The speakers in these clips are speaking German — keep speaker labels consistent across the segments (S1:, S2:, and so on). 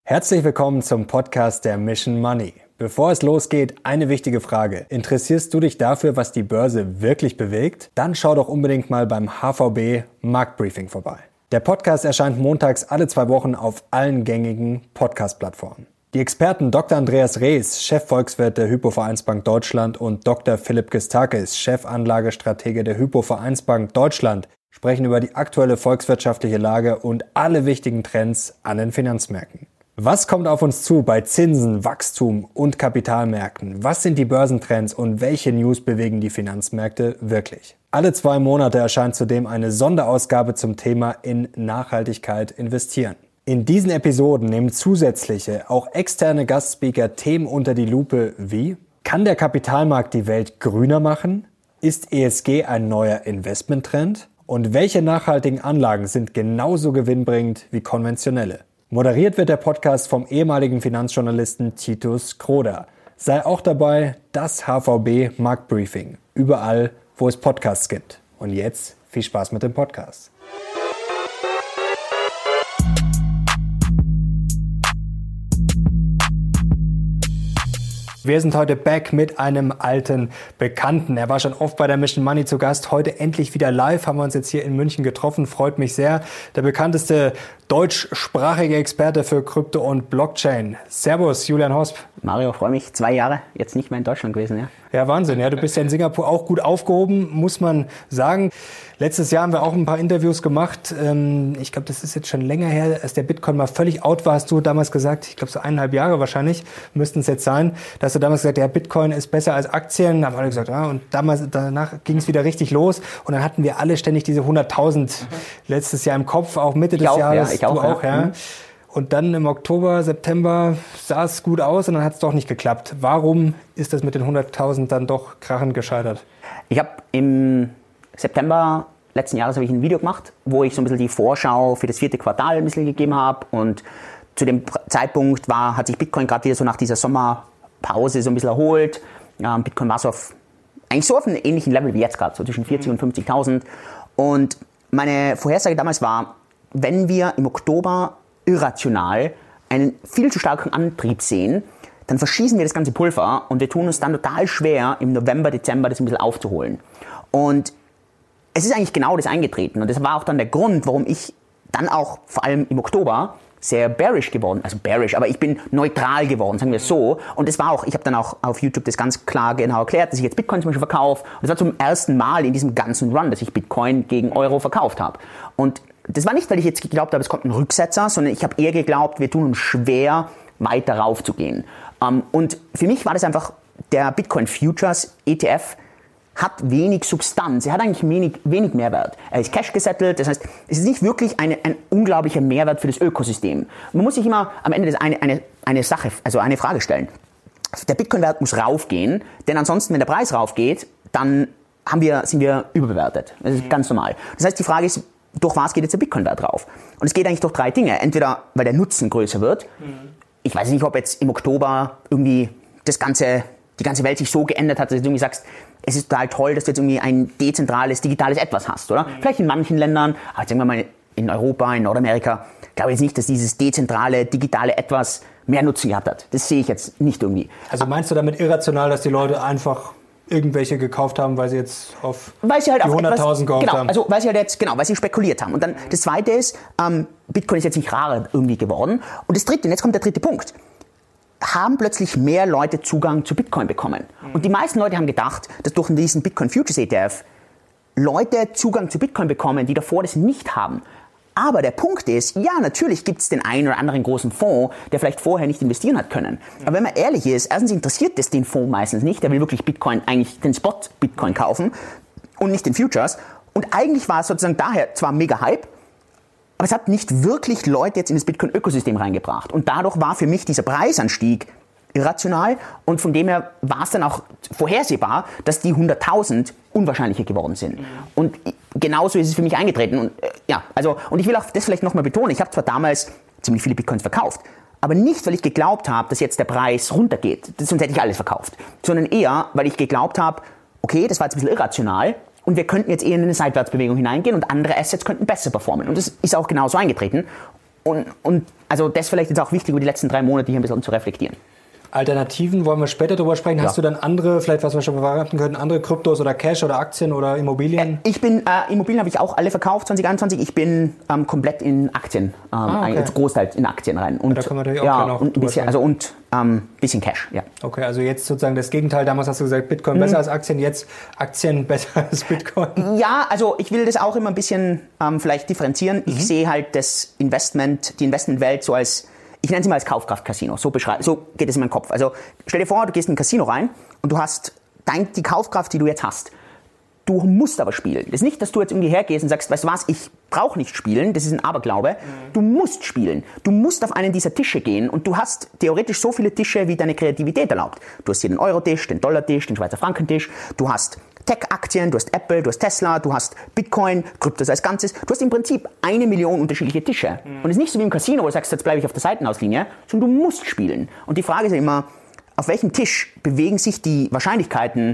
S1: Herzlich willkommen zum Podcast der Mission Money. Bevor es losgeht, eine wichtige Frage. Interessierst du dich dafür, was die Börse wirklich bewegt? Dann schau doch unbedingt mal beim HVB Marktbriefing vorbei. Der Podcast erscheint montags alle 2 Wochen auf allen gängigen Podcast-Plattformen. Die Experten Dr. Andreas Rees, Chefvolkswirt der Hypo-Vereinsbank Deutschland, und Dr. Philipp Gistakis, Chefanlagestratege der Hypo-Vereinsbank Deutschland, sprechen über die aktuelle volkswirtschaftliche Lage und alle wichtigen Trends an den Finanzmärkten. Was kommt auf uns zu bei Zinsen, Wachstum und Kapitalmärkten? Was sind die Börsentrends und welche News bewegen die Finanzmärkte wirklich? Alle 2 Monate erscheint zudem eine Sonderausgabe zum Thema in Nachhaltigkeit investieren. In diesen Episoden nehmen zusätzliche, auch externe Gastspeaker Themen unter die Lupe wie: Kann der Kapitalmarkt die Welt grüner machen? Ist ESG ein neuer Investmenttrend? Und welche nachhaltigen Anlagen sind genauso gewinnbringend wie konventionelle? Moderiert wird der Podcast vom ehemaligen Finanzjournalisten Titus Kroder. Sei auch dabei, das HVB Marktbriefing. Überall, wo es Podcasts gibt. Und jetzt viel Spaß mit dem Podcast. Wir sind heute back mit einem alten Bekannten. Er war schon oft bei der Mission Money zu Gast. Heute endlich wieder live. Haben wir uns jetzt hier in München getroffen. Freut mich sehr. Der bekannteste deutschsprachige Experte für Krypto und Blockchain. Servus, Julian Hosp.
S2: Mario, freue mich. 2 Jahre jetzt nicht mehr in Deutschland gewesen, ja?
S1: Ja, Wahnsinn. Ja, du bist ja in Singapur auch gut aufgehoben, muss man sagen. Letztes Jahr haben wir auch ein paar Interviews gemacht. Ich glaube, das ist jetzt schon länger her, als der Bitcoin mal völlig out war, hast du damals gesagt. Ich glaube, so 1,5 Jahre wahrscheinlich müssten es jetzt sein. Da hast du damals gesagt, ja, Bitcoin ist besser als Aktien. Da haben alle gesagt, ja, und danach ging es wieder richtig los. Und dann hatten wir alle ständig diese 100.000 letztes Jahr im Kopf, auch Mitte des Jahres.
S2: Ja, ich auch,
S1: ja.
S2: Mhm.
S1: Und dann im Oktober, September sah es gut aus und dann hat es doch nicht geklappt. Warum ist das mit den 100.000 dann doch krachend gescheitert?
S2: Ich habe im September letzten Jahres habe ich ein Video gemacht, wo ich so ein bisschen die Vorschau für das 4. Quartal ein bisschen gegeben habe. Und zu dem Zeitpunkt hat sich Bitcoin gerade wieder so nach dieser Sommerpause so ein bisschen erholt. Bitcoin war eigentlich so auf einem ähnlichen Level wie jetzt gerade, so zwischen 40.000 und 50.000. Und meine Vorhersage damals war, wenn wir im Oktober irrational einen viel zu starken Antrieb sehen, dann verschießen wir das ganze Pulver und wir tun uns dann total schwer, im November, Dezember das ein bisschen aufzuholen. Und es ist eigentlich genau das eingetreten. Und das war auch dann der Grund, warum ich dann auch vor allem im Oktober sehr bearish geworden, also bearish, aber ich bin neutral geworden, sagen wir es so. Und das war auch, ich habe dann auch auf YouTube das ganz klar genau erklärt, dass ich jetzt Bitcoin zum Beispiel verkaufe. Und das war zum ersten Mal in diesem ganzen Run, dass ich Bitcoin gegen Euro verkauft habe. Und das war nicht, weil ich jetzt geglaubt habe, es kommt ein Rücksetzer, sondern ich habe eher geglaubt, wir tun uns schwer, weiter raufzugehen. Und für mich war das einfach, der Bitcoin Futures ETF hat wenig Substanz, er hat eigentlich wenig Mehrwert. Er ist cash gesettelt, das heißt, es ist nicht wirklich ein unglaublicher Mehrwert für das Ökosystem. Man muss sich immer am Ende eine Frage stellen. Der Bitcoin-Wert muss raufgehen, denn ansonsten, wenn der Preis raufgeht, dann sind wir überbewertet. Das ist ganz normal. Das heißt, die Frage ist, durch was geht jetzt der Bitcoin-Wert rauf? Und es geht eigentlich durch 3 Dinge. Entweder, weil der Nutzen größer wird. Ich weiß nicht, ob jetzt im Oktober irgendwie die ganze Welt sich so geändert hat, dass du irgendwie sagst, es ist total toll, dass du jetzt irgendwie ein dezentrales, digitales Etwas hast, oder? Vielleicht in manchen Ländern, aber sagen wir mal in Europa, in Nordamerika, glaube ich jetzt nicht, dass dieses dezentrale, digitale Etwas mehr Nutzen gehabt hat. Das sehe ich jetzt nicht irgendwie.
S1: Also meinst du damit irrational, dass die Leute einfach irgendwelche gekauft haben, weil sie jetzt auf die 100.000 gehofft haben?
S2: Also weil sie spekuliert haben. Und dann das Zweite ist, Bitcoin ist jetzt nicht rarer irgendwie geworden. Und das Dritte, und jetzt kommt der 3. Punkt, haben plötzlich mehr Leute Zugang zu Bitcoin bekommen. Und die meisten Leute haben gedacht, dass durch diesen Bitcoin Futures ETF Leute Zugang zu Bitcoin bekommen, die davor das nicht haben. Aber der Punkt ist, ja, natürlich gibt es den einen oder anderen großen Fonds, der vielleicht vorher nicht investieren hat können. Aber wenn man ehrlich ist, erstens interessiert das den Fonds meistens nicht. Der will wirklich eigentlich den Spot-Bitcoin kaufen und nicht den Futures. Und eigentlich war es sozusagen daher zwar mega Hype, aber es hat nicht wirklich Leute jetzt in das Bitcoin-Ökosystem reingebracht. Und dadurch war für mich dieser Preisanstieg irrational und von dem her war es dann auch vorhersehbar, dass die 100.000 unwahrscheinlicher geworden sind. Und genauso ist es für mich eingetreten. Und und ich will auch das vielleicht nochmal betonen, ich habe zwar damals ziemlich viele Bitcoins verkauft, aber nicht, weil ich geglaubt habe, dass jetzt der Preis runtergeht, sonst hätte ich alles verkauft, sondern eher, weil ich geglaubt habe, okay, das war jetzt ein bisschen irrational und wir könnten jetzt eher in eine Seitwärtsbewegung hineingehen und andere Assets könnten besser performen. Und das ist auch genauso eingetreten. Und also das vielleicht jetzt auch wichtig, über die letzten 3 Monate hier ein bisschen zu reflektieren.
S1: Alternativen wollen wir später drüber sprechen. Ja. Hast du dann andere, vielleicht was wir schon verraten können, andere Kryptos oder Cash oder Aktien oder Immobilien?
S2: Immobilien habe ich auch alle verkauft 2021. Ich bin komplett in Aktien, großteils in Aktien rein. Und,
S1: da können wir natürlich auch noch
S2: und ein bisschen Cash, ja.
S1: Okay, also jetzt sozusagen das Gegenteil. Damals hast du gesagt, Bitcoin besser als Aktien, jetzt Aktien besser als Bitcoin.
S2: Ja, also ich will das auch immer ein bisschen vielleicht differenzieren. Ich sehe halt die Investmentwelt so als, ich nenne es mal als Kaufkraft-Casino, so geht es in meinem Kopf. Also stell dir vor, du gehst in ein Casino rein und du hast die Kaufkraft, die du jetzt hast. Du musst aber spielen. Das ist nicht, dass du jetzt irgendwie hergehst und sagst, weißt du was, ich brauche nicht spielen, das ist ein Aberglaube. Du musst spielen. Du musst auf einen dieser Tische gehen und du hast theoretisch so viele Tische, wie deine Kreativität erlaubt. Du hast hier den Euro-Tisch, den Dollar-Tisch, den Schweizer Franken-Tisch, du hast Tech-Aktien, du hast Apple, du hast Tesla, du hast Bitcoin, Kryptos als Ganzes. Du hast im Prinzip 1 Million unterschiedliche Tische. Und es ist nicht so wie im Casino, wo du sagst, jetzt bleibe ich auf der Seitenauslinie, sondern du musst spielen. Und die Frage ist ja immer, auf welchem Tisch bewegen sich die Wahrscheinlichkeiten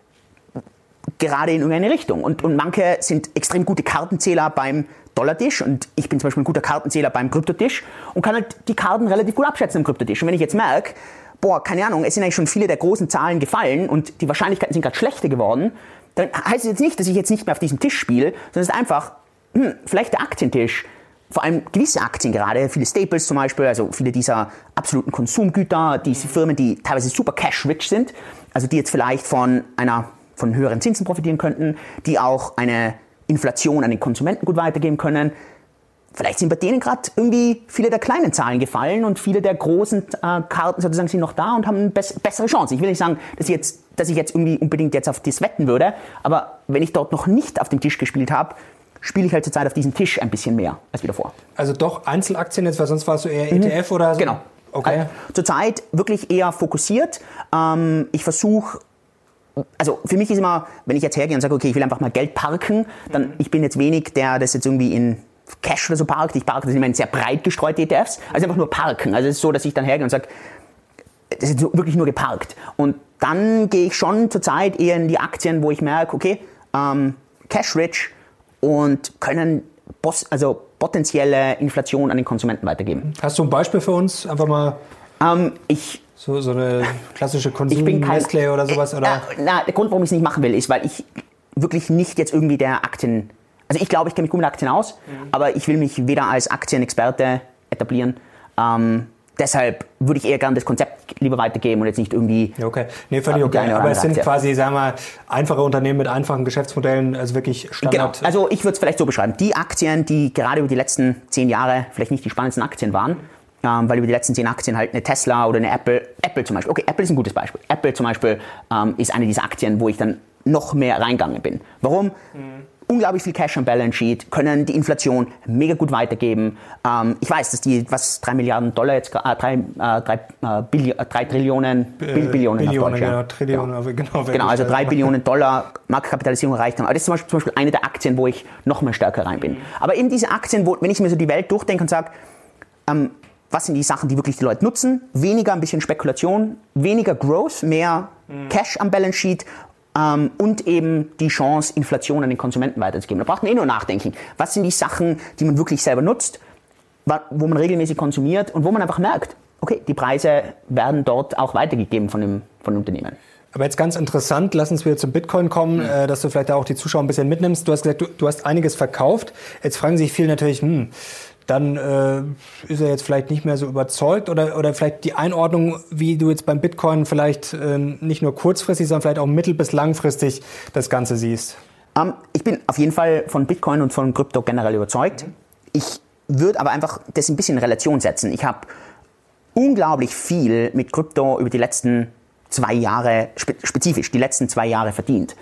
S2: gerade in irgendeine Richtung. Und manche sind extrem gute Kartenzähler beim Dollartisch und ich bin zum Beispiel ein guter Kartenzähler beim Kryptotisch und kann halt die Karten relativ gut abschätzen im Kryptotisch. Und wenn ich jetzt merke, keine Ahnung, es sind eigentlich schon viele der großen Zahlen gefallen und die Wahrscheinlichkeiten sind gerade schlechter geworden, dann heißt es jetzt nicht, dass ich jetzt nicht mehr auf diesem Tisch spiele, sondern es ist einfach, vielleicht der Aktientisch, vor allem gewisse Aktien gerade, viele Staples zum Beispiel, also viele dieser absoluten Konsumgüter, diese Firmen, die teilweise super cash-rich sind, also die jetzt vielleicht von höheren Zinsen profitieren könnten, die auch eine Inflation an den Konsumenten gut weitergeben können. Vielleicht sind bei denen gerade irgendwie viele der kleinen Zahlen gefallen und viele der großen Karten sozusagen sind noch da und haben eine bessere Chance. Ich will nicht sagen, dass ich jetzt irgendwie unbedingt jetzt auf das wetten würde, aber wenn ich dort noch nicht auf dem Tisch gespielt habe, spiele ich halt zurzeit auf diesem Tisch ein bisschen mehr als wie davor.
S1: Also doch Einzelaktien jetzt, weil sonst warst du eher ETF oder so?
S2: Genau.
S1: Okay.
S2: Zurzeit wirklich eher fokussiert. Ich versuche, also für mich ist immer, wenn ich jetzt hergehe und sage, okay, ich will einfach mal Geld parken, dann ich bin jetzt wenig der das jetzt irgendwie in Cash oder so parkt. Ich parke das immer in sehr breit gestreute ETFs, also einfach nur parken. Also es ist so, dass ich dann hergehe und sage, das ist wirklich nur geparkt. Und dann gehe ich schon zurzeit eher in die Aktien, wo ich merke, okay, cash-rich und können potenzielle Inflation an den Konsumenten weitergeben.
S1: Hast du ein Beispiel für uns? Einfach mal so eine klassische Konsum-Nestlé oder sowas? Oder?
S2: Der Grund, warum ich es nicht machen will, ist, weil ich wirklich nicht jetzt irgendwie der Aktien... Also ich glaube, ich kenne mich gut mit Aktien aus, aber ich will mich weder als Aktienexperte etablieren. Deshalb würde ich eher gerne das Konzept lieber weitergeben und jetzt nicht irgendwie...
S1: Okay, nee, völlig okay. Aber es sind quasi, sagen wir mal, einfache Unternehmen mit einfachen Geschäftsmodellen, also wirklich Standard...
S2: Genau, also ich würde es vielleicht so beschreiben. Die Aktien, die gerade über die letzten 10 Jahre vielleicht nicht die spannendsten Aktien waren, weil über die letzten 10 Aktien halt eine Tesla oder eine Apple zum Beispiel, okay, Apple ist ein gutes Beispiel. Apple zum Beispiel ist eine dieser Aktien, wo ich dann noch mehr reingegangen bin. Warum? Unglaublich viel Cash am Balance Sheet, können die Inflation mega gut weitergeben. Ich weiß, dass die, 3 Milliarden Dollar jetzt, 3 Trillionen, Billionen auf Deutsch.
S1: Genau, Trillionen,
S2: genau, also 3 Billionen Dollar Marktkapitalisierung erreicht haben. Aber das ist zum Beispiel eine der Aktien, wo ich noch mehr stärker rein bin. Aber eben diese Aktien, wenn ich mir so die Welt durchdenke und sage, was sind die Sachen, die wirklich die Leute nutzen? Weniger ein bisschen Spekulation, weniger Growth, mehr Cash am Balance Sheet und eben die Chance, Inflation an den Konsumenten weiterzugeben. Da braucht man nur nachdenken. Was sind die Sachen, die man wirklich selber nutzt, wo man regelmäßig konsumiert und wo man einfach merkt, okay, die Preise werden dort auch weitergegeben von dem Unternehmen.
S1: Aber jetzt ganz interessant, lass uns wieder zum Bitcoin kommen, dass du vielleicht auch die Zuschauer ein bisschen mitnimmst. Du hast gesagt, du hast einiges verkauft. Jetzt fragen sich viele natürlich, dann ist er jetzt vielleicht nicht mehr so überzeugt oder vielleicht die Einordnung, wie du jetzt beim Bitcoin vielleicht nicht nur kurzfristig, sondern vielleicht auch mittel- bis langfristig das Ganze siehst.
S2: Ich bin auf jeden Fall von Bitcoin und von Krypto generell überzeugt. Ich würde aber einfach das ein bisschen in Relation setzen. Ich habe unglaublich viel mit Krypto über die letzten 2 Jahre, spezifisch die letzten 2 Jahre verdient.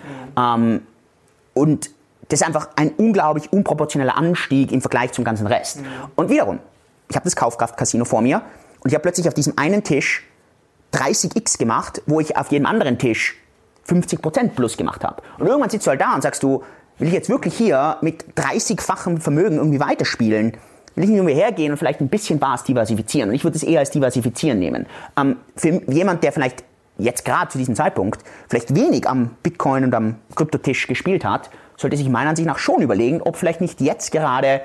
S2: Und das ist einfach ein unglaublich unproportioneller Anstieg im Vergleich zum ganzen Rest. Und wiederum, ich habe das Kaufkraft-Casino vor mir und ich habe plötzlich auf diesem einen Tisch 30x gemacht, wo ich auf jedem anderen Tisch 50% plus gemacht habe. Und irgendwann sitzt du halt da und sagst du, will ich jetzt wirklich hier mit 30-fachem Vermögen irgendwie weiterspielen? Will ich nicht irgendwie hergehen und vielleicht ein bisschen was diversifizieren? Und ich würde es eher als diversifizieren nehmen. Für jemand, der vielleicht jetzt gerade zu diesem Zeitpunkt vielleicht wenig am Bitcoin und am Kryptotisch gespielt hat, sollte sich meiner Ansicht nach schon überlegen, ob vielleicht nicht jetzt gerade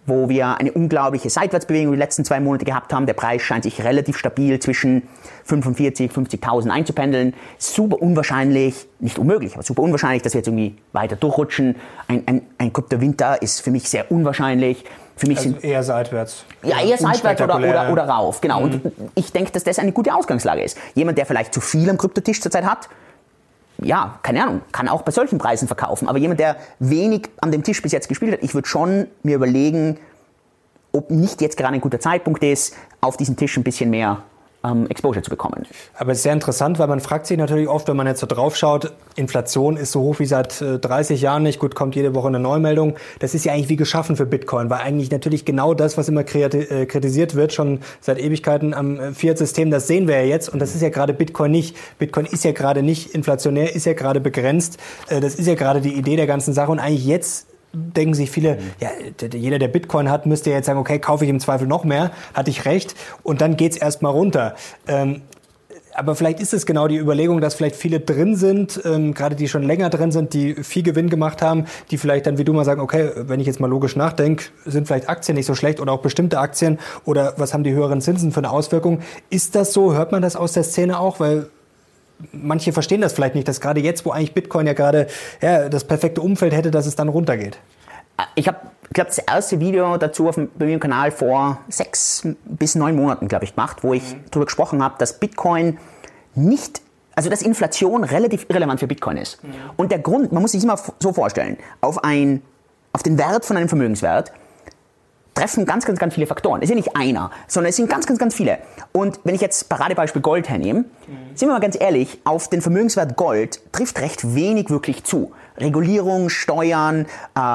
S2: wo wir eine unglaubliche Seitwärtsbewegung die letzten 2 Monate gehabt haben. Der Preis scheint sich relativ stabil zwischen 45.000, 50.000 einzupendeln. Super unwahrscheinlich, nicht unmöglich, aber super unwahrscheinlich, dass wir jetzt irgendwie weiter durchrutschen. Ein Kryptowinter ist für mich sehr unwahrscheinlich. Für mich
S1: also eher seitwärts.
S2: Ja, eher seitwärts oder rauf, genau. Und ich denke, dass das eine gute Ausgangslage ist. Jemand, der vielleicht zu viel am Kryptotisch zurzeit hat, ja, keine Ahnung, kann auch bei solchen Preisen verkaufen. Aber jemand, der wenig an dem Tisch bis jetzt gespielt hat, ich würde schon mir überlegen, ob nicht jetzt gerade ein guter Zeitpunkt ist, auf diesen Tisch ein bisschen mehr Exposure zu bekommen.
S1: Aber es ist sehr interessant, weil man fragt sich natürlich oft, wenn man jetzt so drauf schaut, Inflation ist so hoch wie seit 30 Jahren nicht. Gut, kommt jede Woche eine Neumeldung. Das ist ja eigentlich wie geschaffen für Bitcoin, weil eigentlich natürlich genau das, was immer kritisiert wird, schon seit Ewigkeiten am Fiat-System, das sehen wir ja jetzt. Und das ist ja gerade Bitcoin nicht. Bitcoin ist ja gerade nicht inflationär, ist ja gerade begrenzt. Das ist ja gerade die Idee der ganzen Sache. Und eigentlich jetzt denken sich viele, ja, jeder, der Bitcoin hat, müsste jetzt sagen, okay, kaufe ich im Zweifel noch mehr, hatte ich recht, und dann geht's erstmal runter. Aber vielleicht ist es genau die Überlegung, dass vielleicht viele drin sind, gerade die schon länger drin sind, die viel Gewinn gemacht haben, die vielleicht dann wie du mal sagen, okay, wenn ich jetzt mal logisch nachdenke, sind vielleicht Aktien nicht so schlecht oder auch bestimmte Aktien, oder was haben die höheren Zinsen für eine Auswirkung? Ist das so? Hört man das aus der Szene auch? Weil manche verstehen das vielleicht nicht, dass gerade jetzt, wo eigentlich Bitcoin ja gerade das perfekte Umfeld hätte, dass es dann runtergeht.
S2: Ich glaube, das erste Video dazu bei mir im Kanal vor 6 bis 9 Monaten, glaube ich, gemacht, wo ich darüber gesprochen habe, dass Bitcoin nicht, also dass Inflation relativ irrelevant für Bitcoin ist. Und der Grund, man muss sich immer so vorstellen, auf den Wert von einem Vermögenswert treffen ganz viele Faktoren. Es ist ja nicht einer, sondern es sind ganz viele. Und wenn ich jetzt Paradebeispiel Gold hernehme, sind wir mal ganz ehrlich, auf den Vermögenswert Gold trifft recht wenig wirklich zu. Regulierung, Steuern,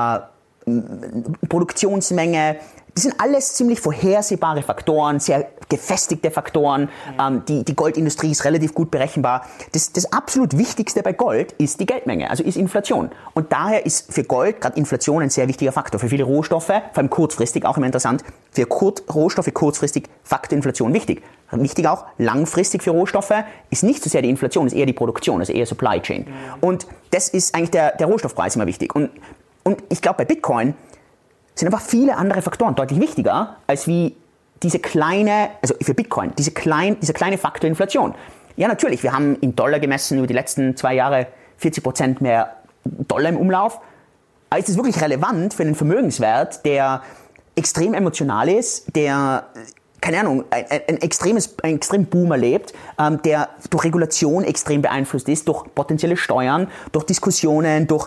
S2: Produktionsmenge, das sind alles ziemlich vorhersehbare Faktoren, sehr gefestigte Faktoren. Die Goldindustrie ist relativ gut berechenbar. Das absolut Wichtigste bei Gold ist die Geldmenge, also ist Inflation. Und daher ist für Gold gerade Inflation ein sehr wichtiger Faktor. Für viele Rohstoffe, vor allem kurzfristig, auch immer interessant, für Rohstoffe kurzfristig Faktor Inflation wichtig. Wichtig auch, langfristig für Rohstoffe ist nicht so sehr die Inflation, ist eher die Produktion, also eher Supply Chain. Und das ist eigentlich der Rohstoffpreis immer wichtig. Und ich glaube, bei Bitcoin sind einfach viele andere Faktoren deutlich wichtiger als wie diese kleine, also für Bitcoin, dieser kleine Faktor Inflation. Ja, natürlich, wir haben in Dollar gemessen über die letzten 2 Jahre 40% mehr Dollar im Umlauf. Aber ist das wirklich relevant für einen Vermögenswert, der extrem emotional ist, der, keine Ahnung, ein extrem Boom erlebt, der durch Regulation extrem beeinflusst ist, durch potenzielle Steuern, durch Diskussionen, durch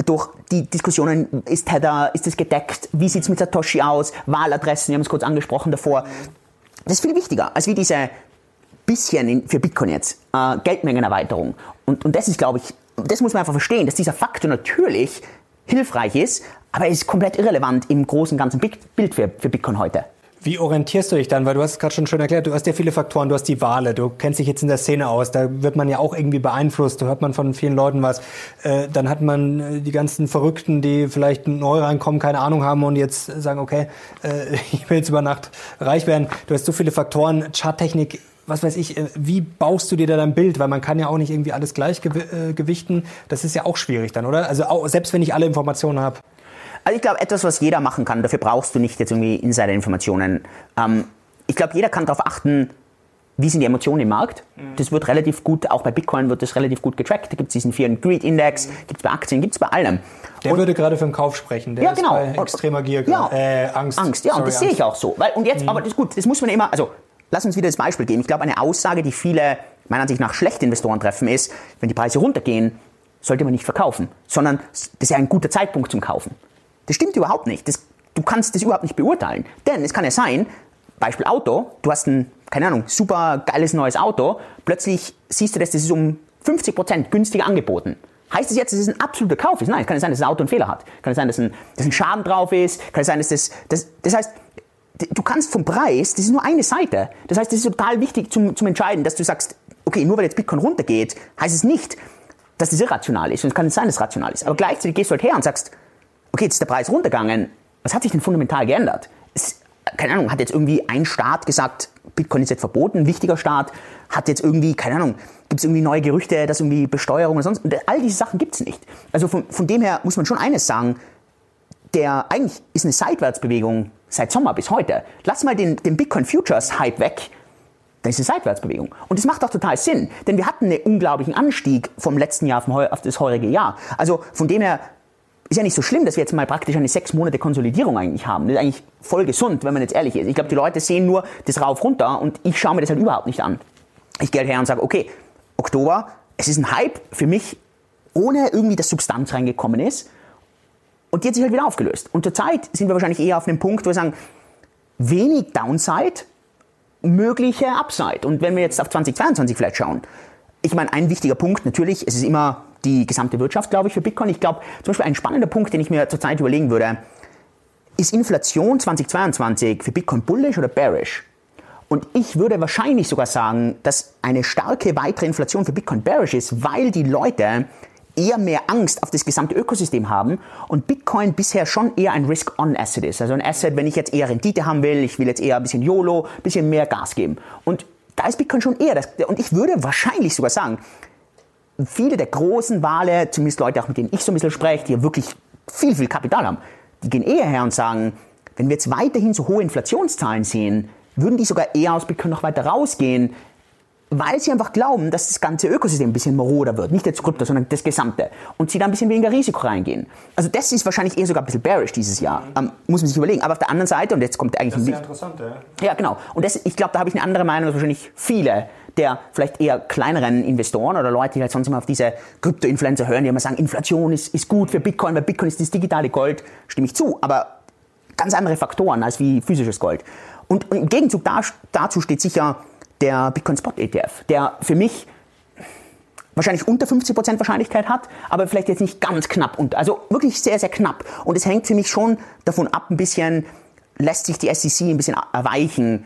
S2: die Diskussionen, ist Tether, ist es gedeckt, wie sieht es mit Satoshi aus, Wahladressen, wir haben es kurz angesprochen davor. Das ist viel wichtiger, als wie diese bisschen für Bitcoin jetzt, Geldmengenerweiterung. Und das ist, glaube ich, das muss man einfach verstehen, dass dieser Faktor natürlich hilfreich ist, aber er ist komplett irrelevant im großen ganzen Bild für Bitcoin heute.
S1: Wie orientierst du dich dann? Weil du hast es gerade schon schön erklärt, du hast ja viele Faktoren, du hast die Wale, du kennst dich jetzt in der Szene aus, da wird man ja auch irgendwie beeinflusst, da hört man von vielen Leuten was. Dann hat man die ganzen Verrückten, die vielleicht ein Neueinkommen, keine Ahnung haben und jetzt sagen, okay, ich will jetzt über Nacht reich werden. Du hast so viele Faktoren, Charttechnik, was weiß ich, wie baust du dir da dein Bild? Weil man kann ja auch nicht irgendwie alles gleich gewichten, das ist ja auch schwierig dann, oder? Also auch, selbst wenn ich alle Informationen habe.
S2: Also ich glaube, etwas, was jeder machen kann, dafür brauchst du nicht jetzt irgendwie Insider-Informationen. Ich glaube, jeder kann darauf achten, wie sind die Emotionen im Markt. Das wird relativ gut, auch bei Bitcoin wird das relativ gut getrackt. Da gibt es diesen Fear and Greed Index, gibt es bei Aktien, gibt es bei allem.
S1: Der würde gerade für den Kauf sprechen, der ist bei extremer Gier, Angst.
S2: Angst, ja, und das sehe ich auch so. Und jetzt, aber das ist gut, das muss man immer, also lass uns wieder das Beispiel geben. Ich glaube, eine Aussage, die viele, meiner Ansicht nach, schlechte Investoren treffen, ist, wenn die Preise runtergehen, sollte man nicht verkaufen, sondern das ist ja ein guter Zeitpunkt zum Kaufen. Das stimmt überhaupt nicht. Du kannst das überhaupt nicht beurteilen. Denn es kann ja sein, Beispiel Auto, du hast ein, keine Ahnung, super geiles neues Auto, plötzlich siehst du, das ist um 50% günstiger angeboten. Heißt das jetzt, dass es ein absoluter Kauf ist? Nein, es kann ja sein, dass das Auto einen Fehler hat. Kann es sein, dass ein Schaden drauf ist. Kann es sein, dass das heißt, du kannst vom Preis, das ist nur eine Seite. Das heißt, das ist total wichtig zum Entscheiden, dass du sagst, okay, nur weil jetzt Bitcoin runtergeht, heißt es nicht, dass das irrational ist. Und es kann nicht sein, dass es rational ist. Aber gleichzeitig gehst du halt her und sagst, okay, jetzt ist der Preis runtergegangen. Was hat sich denn fundamental geändert? Keine Ahnung, hat jetzt irgendwie ein Staat gesagt, Bitcoin ist jetzt verboten, ein wichtiger Staat, hat jetzt irgendwie, keine Ahnung, gibt es irgendwie neue Gerüchte, dass irgendwie Besteuerung oder sonst, und all diese Sachen gibt es nicht. Also von dem her muss man schon eines sagen, eigentlich ist eine Seitwärtsbewegung seit Sommer bis heute. Lass mal den Bitcoin Futures Hype weg, dann ist es eine Seitwärtsbewegung. Und das macht auch total Sinn, denn wir hatten einen unglaublichen Anstieg vom letzten Jahr auf das heurige Jahr. Also von dem her ist ja nicht so schlimm, dass wir jetzt mal praktisch eine 6 Monate Konsolidierung eigentlich haben. Das ist eigentlich voll gesund, wenn man jetzt ehrlich ist. Ich glaube, die Leute sehen nur das rauf runter und ich schaue mir das halt überhaupt nicht an. Ich gehe halt her und sage, okay, Oktober, es ist ein Hype für mich, ohne irgendwie, dass Substanz reingekommen ist. Und die hat sich halt wieder aufgelöst. Und zurzeit sind wir wahrscheinlich eher auf einem Punkt, wo wir sagen, wenig Downside, mögliche Upside. Und wenn wir jetzt auf 2022 vielleicht schauen, ich meine, ein wichtiger Punkt natürlich, es ist immer die gesamte Wirtschaft, glaube ich, für Bitcoin. Ich glaube, zum Beispiel ein spannender Punkt, den ich mir zurzeit überlegen würde, ist Inflation 2022 für Bitcoin bullish oder bearish? Und ich würde wahrscheinlich sogar sagen, dass eine starke weitere Inflation für Bitcoin bearish ist, weil die Leute eher mehr Angst auf das gesamte Ökosystem haben und Bitcoin bisher schon eher ein Risk-on-Asset ist. Also ein Asset, wenn ich jetzt eher Rendite haben will, ich will jetzt eher ein bisschen YOLO, ein bisschen mehr Gas geben. Und da ist Bitcoin schon eher das. Und ich würde wahrscheinlich sogar sagen, viele der großen Wale, zumindest Leute auch mit denen ich so ein bisschen spreche, die ja wirklich viel, viel Kapital haben, die gehen eher her und sagen, wenn wir jetzt weiterhin so hohe Inflationszahlen sehen, würden die sogar eher aus Bitcoin noch weiter rausgehen, weil sie einfach glauben, dass das ganze Ökosystem ein bisschen moroder wird. Nicht jetzt Krypto, sondern das Gesamte. Und sie da ein bisschen weniger Risiko reingehen. Also das ist wahrscheinlich eher sogar ein bisschen bearish dieses Jahr. Muss man sich überlegen. Aber auf der anderen Seite, und jetzt kommt eigentlich...
S1: Das ist sehr interessant, ja.
S2: Ja, genau. Und ich glaube, da habe ich eine andere Meinung als wahrscheinlich viele der vielleicht eher kleineren Investoren oder Leute, die halt sonst immer auf diese Krypto-Influencer hören, die immer sagen, Inflation ist gut für Bitcoin, weil Bitcoin ist das digitale Gold. Stimme ich zu. Aber ganz andere Faktoren als wie physisches Gold. Und im Gegenzug dazu steht sicher der Bitcoin Spot ETF, der für mich wahrscheinlich unter 50% Wahrscheinlichkeit hat, aber vielleicht jetzt nicht ganz knapp. Also wirklich sehr, sehr knapp. Und es hängt für mich schon davon ab, ein bisschen, lässt sich die SEC ein bisschen erweichen,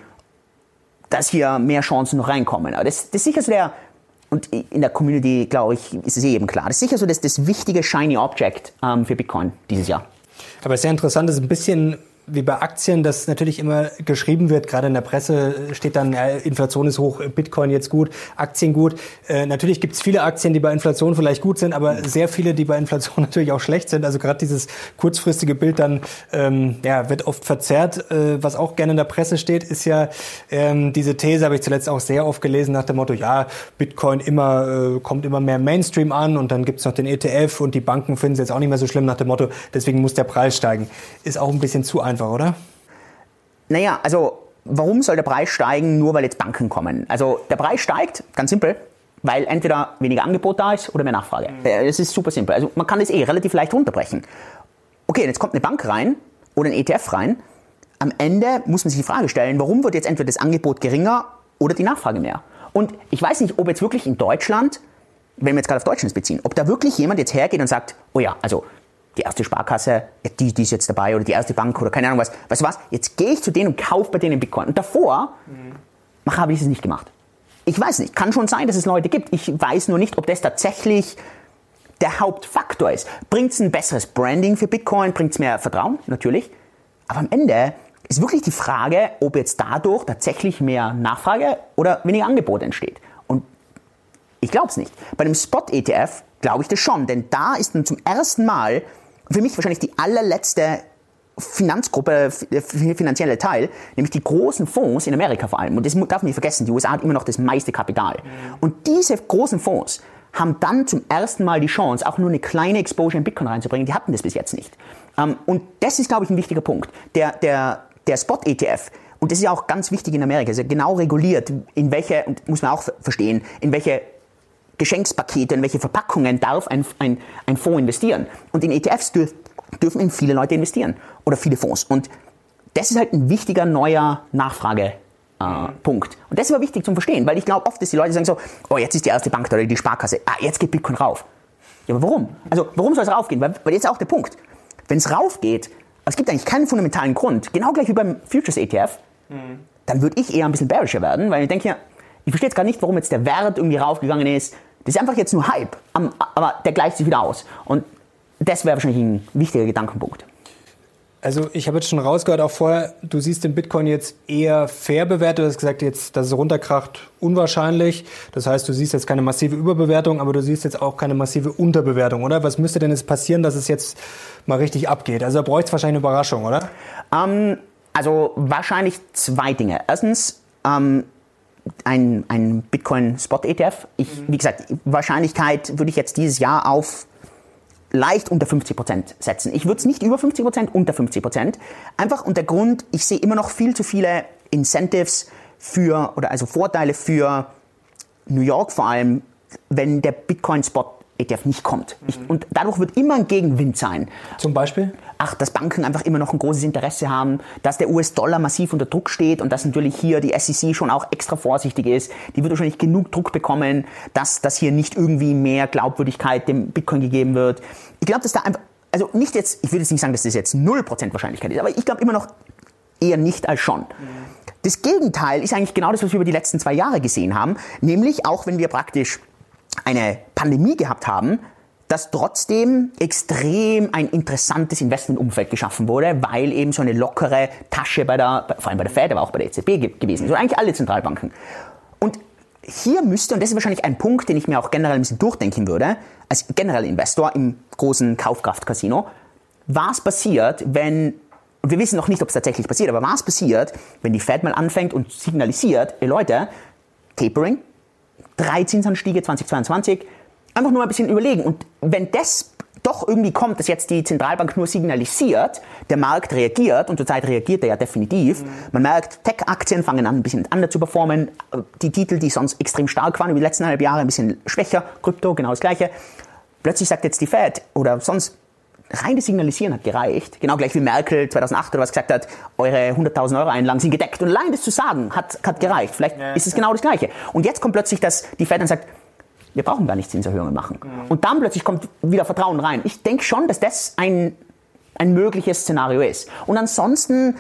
S2: dass hier mehr Chancen noch reinkommen. Aber das ist sicher so und in der Community, glaube ich, ist es eben klar, das ist sicher so das wichtige Shiny Object für Bitcoin dieses Jahr.
S1: Aber sehr interessant, das ist ein bisschen wie bei Aktien, dass natürlich immer geschrieben wird, gerade in der Presse steht dann, ja, Inflation ist hoch, Bitcoin jetzt gut, Aktien gut. Natürlich gibt es viele Aktien, die bei Inflation vielleicht gut sind, aber sehr viele, die bei Inflation natürlich auch schlecht sind. Also gerade dieses kurzfristige Bild dann wird oft verzerrt. Was auch gerne in der Presse steht, ist ja diese These, habe ich zuletzt auch sehr oft gelesen, nach dem Motto, ja, Bitcoin kommt immer mehr Mainstream an und dann gibt es noch den ETF und die Banken finden es jetzt auch nicht mehr so schlimm, nach dem Motto, deswegen muss der Preis steigen. Ist auch ein bisschen zu einfach, oder?
S2: Naja, also warum soll der Preis steigen, nur weil jetzt Banken kommen? Also der Preis steigt, ganz simpel, weil entweder weniger Angebot da ist oder mehr Nachfrage. Das ist super simpel. Also man kann das relativ leicht runterbrechen. Okay, jetzt kommt eine Bank rein oder ein ETF rein. Am Ende muss man sich die Frage stellen, warum wird jetzt entweder das Angebot geringer oder die Nachfrage mehr? Und ich weiß nicht, ob jetzt wirklich in Deutschland, wenn wir jetzt gerade auf Deutschland beziehen, ob da wirklich jemand jetzt hergeht und sagt, oh ja, also die erste Sparkasse, die ist jetzt dabei oder die erste Bank oder keine Ahnung was. Weißt du was, jetzt gehe ich zu denen und kaufe bei denen Bitcoin. Und davor habe ich es nicht gemacht. Ich weiß nicht, kann schon sein, dass es Leute gibt. Ich weiß nur nicht, ob das tatsächlich der Hauptfaktor ist. Bringt es ein besseres Branding für Bitcoin? Bringt es mehr Vertrauen? Natürlich. Aber am Ende ist wirklich die Frage, ob jetzt dadurch tatsächlich mehr Nachfrage oder weniger Angebot entsteht. Und ich glaube es nicht. Bei dem Spot-ETF glaube ich das schon, denn da ist dann zum ersten Mal für mich wahrscheinlich die allerletzte Finanzgruppe, finanzielle Teil, nämlich die großen Fonds in Amerika vor allem. Und das darf man nicht vergessen, die USA hat immer noch das meiste Kapital. Und diese großen Fonds haben dann zum ersten Mal die Chance, auch nur eine kleine Exposure in Bitcoin reinzubringen. Die hatten das bis jetzt nicht. Und das ist, glaube ich, ein wichtiger Punkt. Der Spot-ETF, und das ist ja auch ganz wichtig in Amerika, ist ja genau reguliert, in welche, und muss man auch verstehen, in welche Geschenkspakete, in welche Verpackungen darf ein Fonds investieren. Und in ETFs dürfen eben viele Leute investieren oder viele Fonds. Und das ist halt ein wichtiger neuer Nachfragepunkt. Und das ist aber wichtig zum Verstehen, weil ich glaube oft, dass die Leute sagen so, oh, jetzt ist die erste Bank da oder die Sparkasse, jetzt geht Bitcoin rauf. Ja, aber warum? Also warum soll es raufgehen? Weil jetzt auch der Punkt. Wenn es raufgeht, es gibt eigentlich keinen fundamentalen Grund, genau gleich wie beim Futures ETF, dann würde ich eher ein bisschen bearischer werden, weil ich denke ja, ich verstehe jetzt gar nicht, warum jetzt der Wert irgendwie raufgegangen ist. Das ist einfach jetzt nur Hype, aber der gleicht sich wieder aus. Und das wäre wahrscheinlich ein wichtiger Gedankenpunkt.
S1: Also ich habe jetzt schon rausgehört, auch vorher, du siehst den Bitcoin jetzt eher fair bewertet. Du hast gesagt, jetzt, dass es runterkracht, unwahrscheinlich. Das heißt, du siehst jetzt keine massive Überbewertung, aber du siehst jetzt auch keine massive Unterbewertung, oder? Was müsste denn jetzt passieren, dass es jetzt mal richtig abgeht? Also da bräuchte es wahrscheinlich eine Überraschung, oder?
S2: Also wahrscheinlich zwei Dinge. Erstens, ein Bitcoin-Spot-ETF. Wie gesagt, Wahrscheinlichkeit würde ich jetzt dieses Jahr auf leicht unter 50% setzen. Ich würde es nicht über 50%, unter 50%. Einfach unter Grund, ich sehe immer noch viel zu viele Incentives also Vorteile für New York vor allem, wenn der Bitcoin-Spot-ETF nicht kommt. Und dadurch wird immer ein Gegenwind sein.
S1: Zum Beispiel?
S2: Dass Banken einfach immer noch ein großes Interesse haben, dass der US-Dollar massiv unter Druck steht und dass natürlich hier die SEC schon auch extra vorsichtig ist. Die wird wahrscheinlich genug Druck bekommen, dass hier nicht irgendwie mehr Glaubwürdigkeit dem Bitcoin gegeben wird. Ich glaube, dass da einfach, also nicht jetzt, ich würde jetzt nicht sagen, dass das jetzt 0% Wahrscheinlichkeit ist, aber ich glaube immer noch eher nicht als schon. Das Gegenteil ist eigentlich genau das, was wir über die letzten 2 Jahre gesehen haben, nämlich auch wenn wir praktisch eine Pandemie gehabt haben, dass trotzdem extrem ein interessantes Investmentumfeld geschaffen wurde, weil eben so eine lockere Tasche vor allem bei der Fed, aber auch bei der EZB gewesen ist. Und eigentlich alle Zentralbanken. Und hier müsste, und das ist wahrscheinlich ein Punkt, den ich mir auch generell ein bisschen durchdenken würde, als genereller Investor im großen Kaufkraft-Casino, was passiert, wenn, und wir wissen noch nicht, ob es tatsächlich passiert, aber was passiert, wenn die Fed mal anfängt und signalisiert, Leute, Tapering, 3 Zinsanstiege 2022, einfach nur ein bisschen überlegen. Und wenn das doch irgendwie kommt, dass jetzt die Zentralbank nur signalisiert, der Markt reagiert, und zurzeit reagiert er ja definitiv. Man merkt, Tech-Aktien fangen an, ein bisschen anders zu performen. Die Titel, die sonst extrem stark waren, über die letzten 1,5 Jahre ein bisschen schwächer. Krypto, genau das Gleiche. Plötzlich sagt jetzt die Fed, oder sonst rein das Signalisieren hat gereicht. Genau gleich wie Merkel 2008 oder was gesagt hat, eure 100.000 Euro Einlagen sind gedeckt. Und allein das zu sagen, hat gereicht. Vielleicht ist es genau das Gleiche. Und jetzt kommt plötzlich, dass die Fed dann sagt, wir brauchen gar nicht Zinserhöhungen machen. Und dann plötzlich kommt wieder Vertrauen rein. Ich denke schon, dass das ein mögliches Szenario ist. Und ansonsten,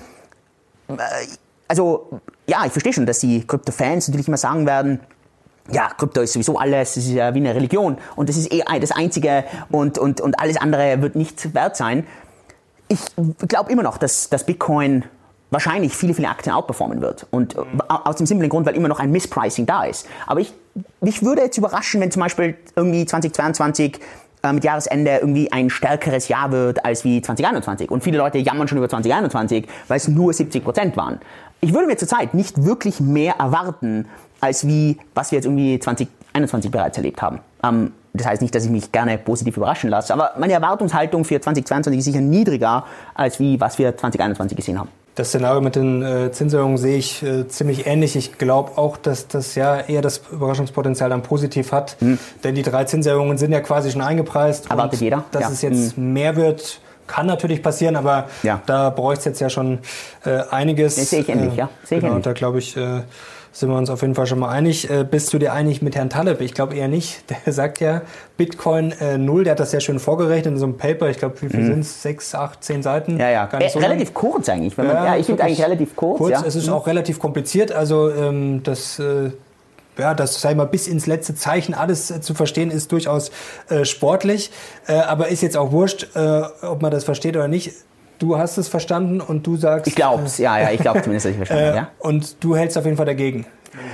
S2: ich verstehe schon, dass die Krypto-Fans natürlich immer sagen werden, ja, Krypto ist sowieso alles, es ist ja wie eine Religion und das ist das Einzige und alles andere wird nichts wert sein. Ich glaube immer noch, dass Bitcoin wahrscheinlich viele, viele Aktien outperformen wird. Und aus dem simplen Grund, weil immer noch ein Misspricing da ist. Aber mich würde jetzt überraschen, wenn zum Beispiel irgendwie 2022 mit Jahresende irgendwie ein stärkeres Jahr wird als wie 2021. Und viele Leute jammern schon über 2021, weil es nur 70% waren. Ich würde mir zurzeit nicht wirklich mehr erwarten, als was wir jetzt irgendwie 2021 bereits erlebt haben. Das heißt nicht, dass ich mich gerne positiv überraschen lasse, aber meine Erwartungshaltung für 2022 ist sicher niedriger, als was wir 2021 gesehen haben.
S1: Das Szenario mit den Zinserhöhungen sehe ich ziemlich ähnlich. Ich glaube auch, dass das ja eher das Überraschungspotenzial dann positiv hat. Denn die 3 Zinserhöhungen sind ja quasi schon eingepreist.
S2: Erwartet jeder.
S1: Dass es jetzt mehr wird, kann natürlich passieren, aber da bräuchte es jetzt ja schon einiges.
S2: Das sehe ich ähnlich, ja.
S1: Und da glaube ich, sind wir uns auf jeden Fall schon mal einig. Bist du dir einig mit Herrn Taleb? Ich glaube eher nicht. Der sagt ja, Bitcoin 0, der hat das sehr schön vorgerechnet in so einem Paper. Ich glaube, wie viel sind es? 6, 8, 10 Seiten?
S2: Ja. Gar nicht so relativ kurz eigentlich. Ich finde eigentlich relativ kurz. Ja.
S1: Es ist auch relativ kompliziert. Also das sag ich mal, bis ins letzte Zeichen alles zu verstehen, ist durchaus sportlich. Aber ist jetzt auch wurscht, ob man das versteht oder nicht. Du hast es verstanden und du sagst...
S2: Ich glaube es, ich glaube zumindest, dass ich verstanden habe. Ja.
S1: Und du hältst auf jeden Fall dagegen?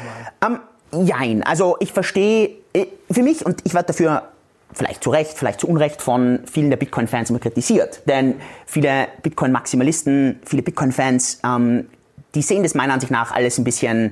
S2: Jein, also ich verstehe, für mich, und ich werde dafür vielleicht zu Recht, vielleicht zu Unrecht von vielen der Bitcoin-Fans immer kritisiert. Denn viele Bitcoin-Maximalisten, viele Bitcoin-Fans, die sehen das meiner Ansicht nach alles ein bisschen...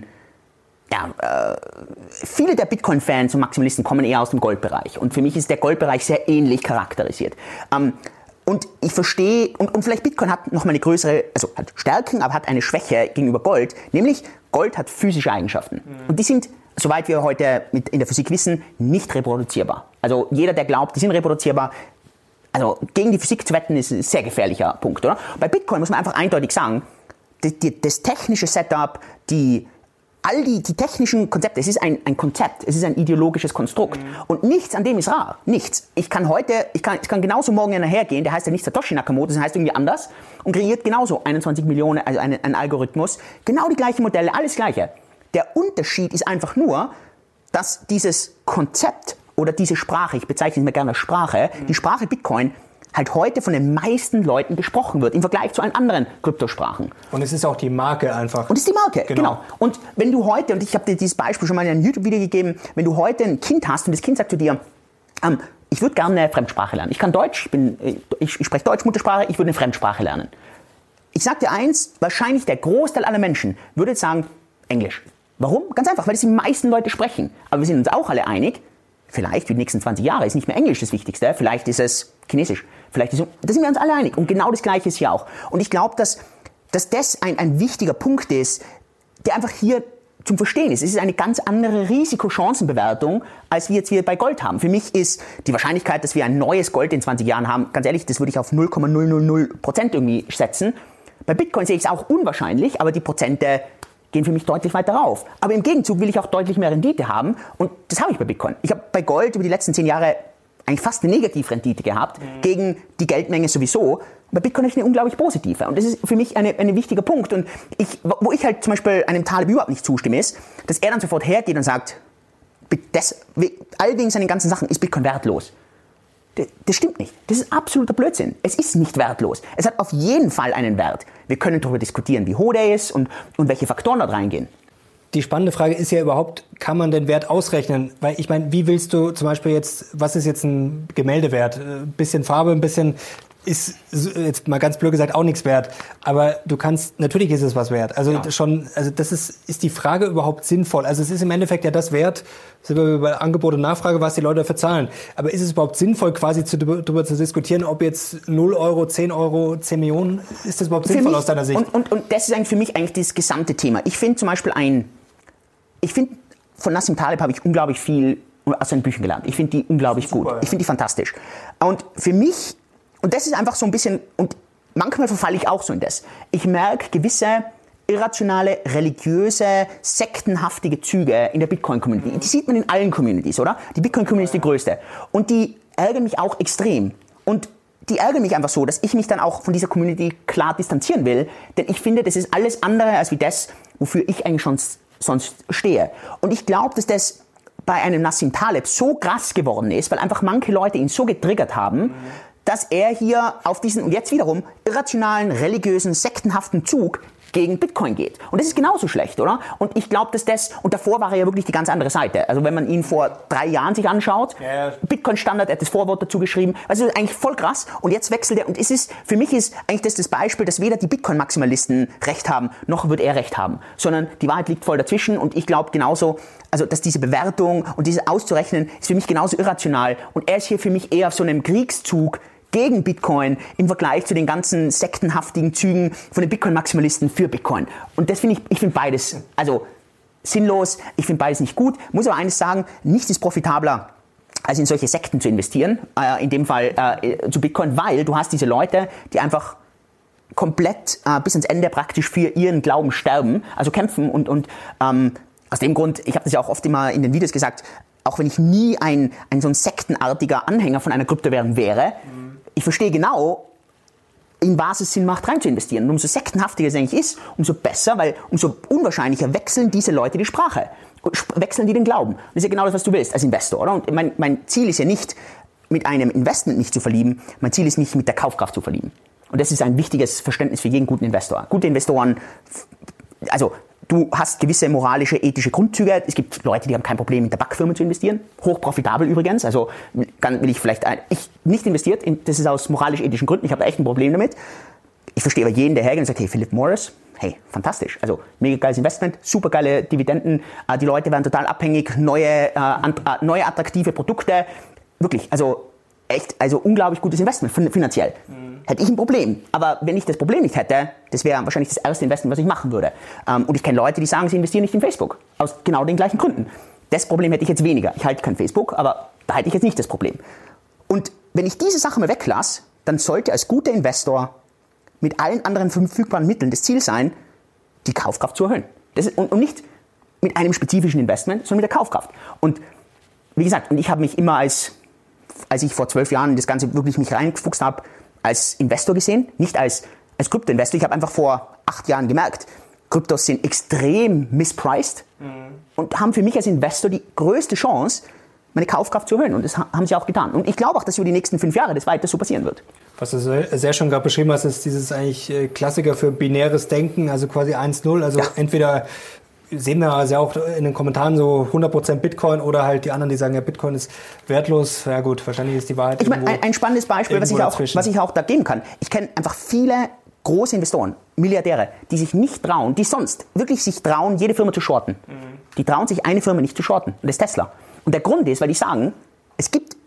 S2: viele der Bitcoin-Fans und Maximalisten kommen eher aus dem Goldbereich. Und für mich ist der Goldbereich sehr ähnlich charakterisiert. Und ich verstehe, und vielleicht Bitcoin hat nochmal eine größere, also hat Stärken, aber hat eine Schwäche gegenüber Gold, nämlich Gold hat physische Eigenschaften. Und die sind, soweit wir heute in der Physik wissen, nicht reproduzierbar. Also jeder, der glaubt, die sind reproduzierbar, also gegen die Physik zu wetten, ist ein sehr gefährlicher Punkt, oder? Bei Bitcoin muss man einfach eindeutig sagen, das technische Setup, all die technischen Konzepte, es ist ein Konzept, es ist ein ideologisches Konstrukt. Und nichts an dem ist rar. Nichts. Ich kann genauso morgen hergehen, der heißt ja nicht Satoshi Nakamoto, das heißt irgendwie anders und kreiert genauso 21 Millionen, also einen Algorithmus. Genau die gleichen Modelle, alles Gleiche. Der Unterschied ist einfach nur, dass dieses Konzept oder diese Sprache, ich bezeichne es mir gerne als Sprache, die Sprache Bitcoin halt heute von den meisten Leuten gesprochen wird, im Vergleich zu allen anderen Kryptosprachen.
S1: Und es ist auch die Marke einfach.
S2: Und es ist die Marke, genau. Und wenn du heute, und ich habe dir dieses Beispiel schon mal in einem YouTube-Video gegeben, wenn du heute ein Kind hast und das Kind sagt zu dir, ich würde gerne eine Fremdsprache lernen. Ich kann Deutsch, ich spreche Deutsch, Muttersprache, ich würde eine Fremdsprache lernen. Ich sage dir eins, wahrscheinlich der Großteil aller Menschen würde jetzt sagen, Englisch. Warum? Ganz einfach, weil das die meisten Leute sprechen. Aber wir sind uns auch alle einig, vielleicht für die nächsten 20 Jahre ist nicht mehr Englisch das Wichtigste, vielleicht ist es Chinesisch. Da sind wir uns alle einig. Und genau das Gleiche ist hier auch. Und ich glaube, dass das ein wichtiger Punkt ist, der einfach hier zum Verstehen ist. Es ist eine ganz andere Risiko-Chancen-Bewertung, als wir jetzt hier bei Gold haben. Für mich ist die Wahrscheinlichkeit, dass wir ein neues Gold in 20 Jahren haben, ganz ehrlich, das würde ich auf 0,000% irgendwie setzen. Bei Bitcoin sehe ich es auch unwahrscheinlich, aber die Prozente gehen für mich deutlich weiter rauf. Aber im Gegenzug will ich auch deutlich mehr Rendite haben und das habe ich bei Bitcoin. Ich habe bei Gold über die letzten 10 Jahre eigentlich fast eine Negativrendite gehabt, gegen die Geldmenge sowieso. Bei Bitcoin ist eine unglaublich positive. Und das ist für mich ein wichtiger Punkt. Und wo ich halt zum Beispiel einem Taleb überhaupt nicht zustimme, ist, dass er dann sofort hergeht und sagt, all wegen seinen ganzen Sachen ist Bitcoin wertlos. Das stimmt nicht. Das ist absoluter Blödsinn. Es ist nicht wertlos. Es hat auf jeden Fall einen Wert. Wir können darüber diskutieren, wie hoch der ist und welche Faktoren dort reingehen.
S1: Die spannende Frage ist ja überhaupt, kann man den Wert ausrechnen? Weil ich meine, wie willst du zum Beispiel jetzt, was ist jetzt ein Gemäldewert? Ein bisschen Farbe, ein bisschen ist jetzt mal ganz blöd gesagt auch nichts wert. Aber du kannst, natürlich ist es was wert. Also das ist die Frage überhaupt sinnvoll? Also es ist im Endeffekt ja das wert, sind wir bei Angebot und Nachfrage, was die Leute dafür zahlen. Aber ist es überhaupt sinnvoll, quasi darüber zu diskutieren, ob jetzt 0 Euro, 10 Euro, 10 Millionen, ist das überhaupt sinnvoll aus deiner Sicht?
S2: Und das ist eigentlich für mich eigentlich das gesamte Thema. Ich finde zum Beispiel von Nassim Taleb habe ich unglaublich viel aus seinen Büchern gelernt. Ich finde die unglaublich gut. Ja. Ich finde die fantastisch. Und für mich, und das ist einfach so ein bisschen, und manchmal verfalle ich auch so in das. Ich merke gewisse irrationale, religiöse, sektenhaftige Züge in der Bitcoin-Community. Die sieht man in allen Communities, oder? Die Bitcoin-Community ist die größte. Und die ärgern mich auch extrem. Und die ärgern mich einfach so, dass ich mich dann auch von dieser Community klar distanzieren will. Denn ich finde, das ist alles andere als wie das, wofür ich eigentlich schon sonst stehe. Und ich glaube, dass das bei einem Nassim Taleb so krass geworden ist, weil einfach manche Leute ihn so getriggert haben, dass er hier auf diesen, und jetzt wiederum, irrationalen, religiösen, sektenhaften Zug gegen Bitcoin geht. Und das ist genauso schlecht, oder? Und ich glaube, dass und davor war er ja wirklich die ganz andere Seite. Also wenn man ihn vor 3 Jahren sich anschaut, Bitcoin-Standard, er hat das Vorwort dazu geschrieben, also das ist eigentlich voll krass. Und jetzt wechselt er, und für mich ist eigentlich das Beispiel, dass weder die Bitcoin-Maximalisten Recht haben, noch wird er Recht haben. Sondern die Wahrheit liegt voll dazwischen, und ich glaube genauso, also dass diese Bewertung und dieses auszurechnen, ist für mich genauso irrational. Und er ist hier für mich eher auf so einem Kriegszug gegen Bitcoin im Vergleich zu den ganzen sektenhaftigen Zügen von den Bitcoin-Maximalisten für Bitcoin. Und das finde ich finde beides also sinnlos, ich finde beides nicht gut. Muss aber eines sagen, nichts ist profitabler, als in solche Sekten zu investieren, in dem Fall zu Bitcoin, weil du hast diese Leute, die einfach komplett bis ans Ende praktisch für ihren Glauben sterben, also kämpfen und aus dem Grund, ich habe das ja auch oft immer in den Videos gesagt, auch wenn ich nie ein so ein sektenartiger Anhänger von einer Kryptowährung wäre, ich verstehe genau, in was es Sinn macht, rein zu investieren. Und umso sektenhaftiger es eigentlich ist, umso besser, weil umso unwahrscheinlicher wechseln diese Leute die Sprache, wechseln die den Glauben. Das ist ja genau das, was du willst als Investor, oder? Und mein Ziel ist ja nicht, mit einem Investment mich zu verlieben, mein Ziel ist, mich mit der Kaufkraft zu verlieben. Und das ist ein wichtiges Verständnis für jeden guten Investor. Gute Investoren, also du hast gewisse moralische, ethische Grundzüge. Es gibt Leute, die haben kein Problem, in Tabakfirmen zu investieren. Hochprofitabel übrigens. Also will ich vielleicht ich nicht investiert. Das ist aus moralisch-ethischen Gründen. Ich habe echt ein Problem damit. Ich verstehe aber jeden, der hergeht und sagt, hey, Philip Morris, hey, fantastisch. Also mega geiles Investment, super geile Dividenden. Die Leute werden total abhängig. Neue attraktive Produkte. Wirklich, also echt, also unglaublich gutes Investment finanziell. Hätte ich ein Problem. Aber wenn ich das Problem nicht hätte, das wäre wahrscheinlich das erste Investment, was ich machen würde. Und ich kenne Leute, die sagen, sie investieren nicht in Facebook. Aus genau den gleichen Gründen. Das Problem hätte ich jetzt weniger. Ich halte kein Facebook, aber da hätte ich jetzt nicht das Problem. Und wenn ich diese Sache mal weglasse, dann sollte als guter Investor mit allen anderen verfügbaren Mitteln das Ziel sein, die Kaufkraft zu erhöhen. Und nicht mit einem spezifischen Investment, sondern mit der Kaufkraft. Und wie gesagt, und ich habe mich immer als ich vor 12 Jahren in das Ganze wirklich mich reingefuchst habe, als Investor gesehen, nicht als Krypto-Investor. Ich habe einfach vor 8 Jahren gemerkt, Kryptos sind extrem mispriced und haben für mich als Investor die größte Chance, meine Kaufkraft zu erhöhen. Und das haben sie auch getan. Und ich glaube auch, dass über die nächsten 5 Jahre das weiter so passieren wird.
S1: Was du sehr schön gerade beschrieben hast, ist dieses eigentlich Klassiker für binäres Denken, also quasi 1-0. Also entweder sehen wir also auch in den Kommentaren so 100% Bitcoin oder halt die anderen, die sagen, ja, Bitcoin ist wertlos. Ja gut, wahrscheinlich ist die Wahrheit
S2: ein spannendes Beispiel, was ich auch da geben kann. Ich kenne einfach viele große Investoren, Milliardäre, die sich nicht trauen, die sonst wirklich sich trauen, jede Firma zu shorten. Die trauen sich eine Firma nicht zu shorten. Und das ist Tesla. Und der Grund ist, weil die sagen, es gibt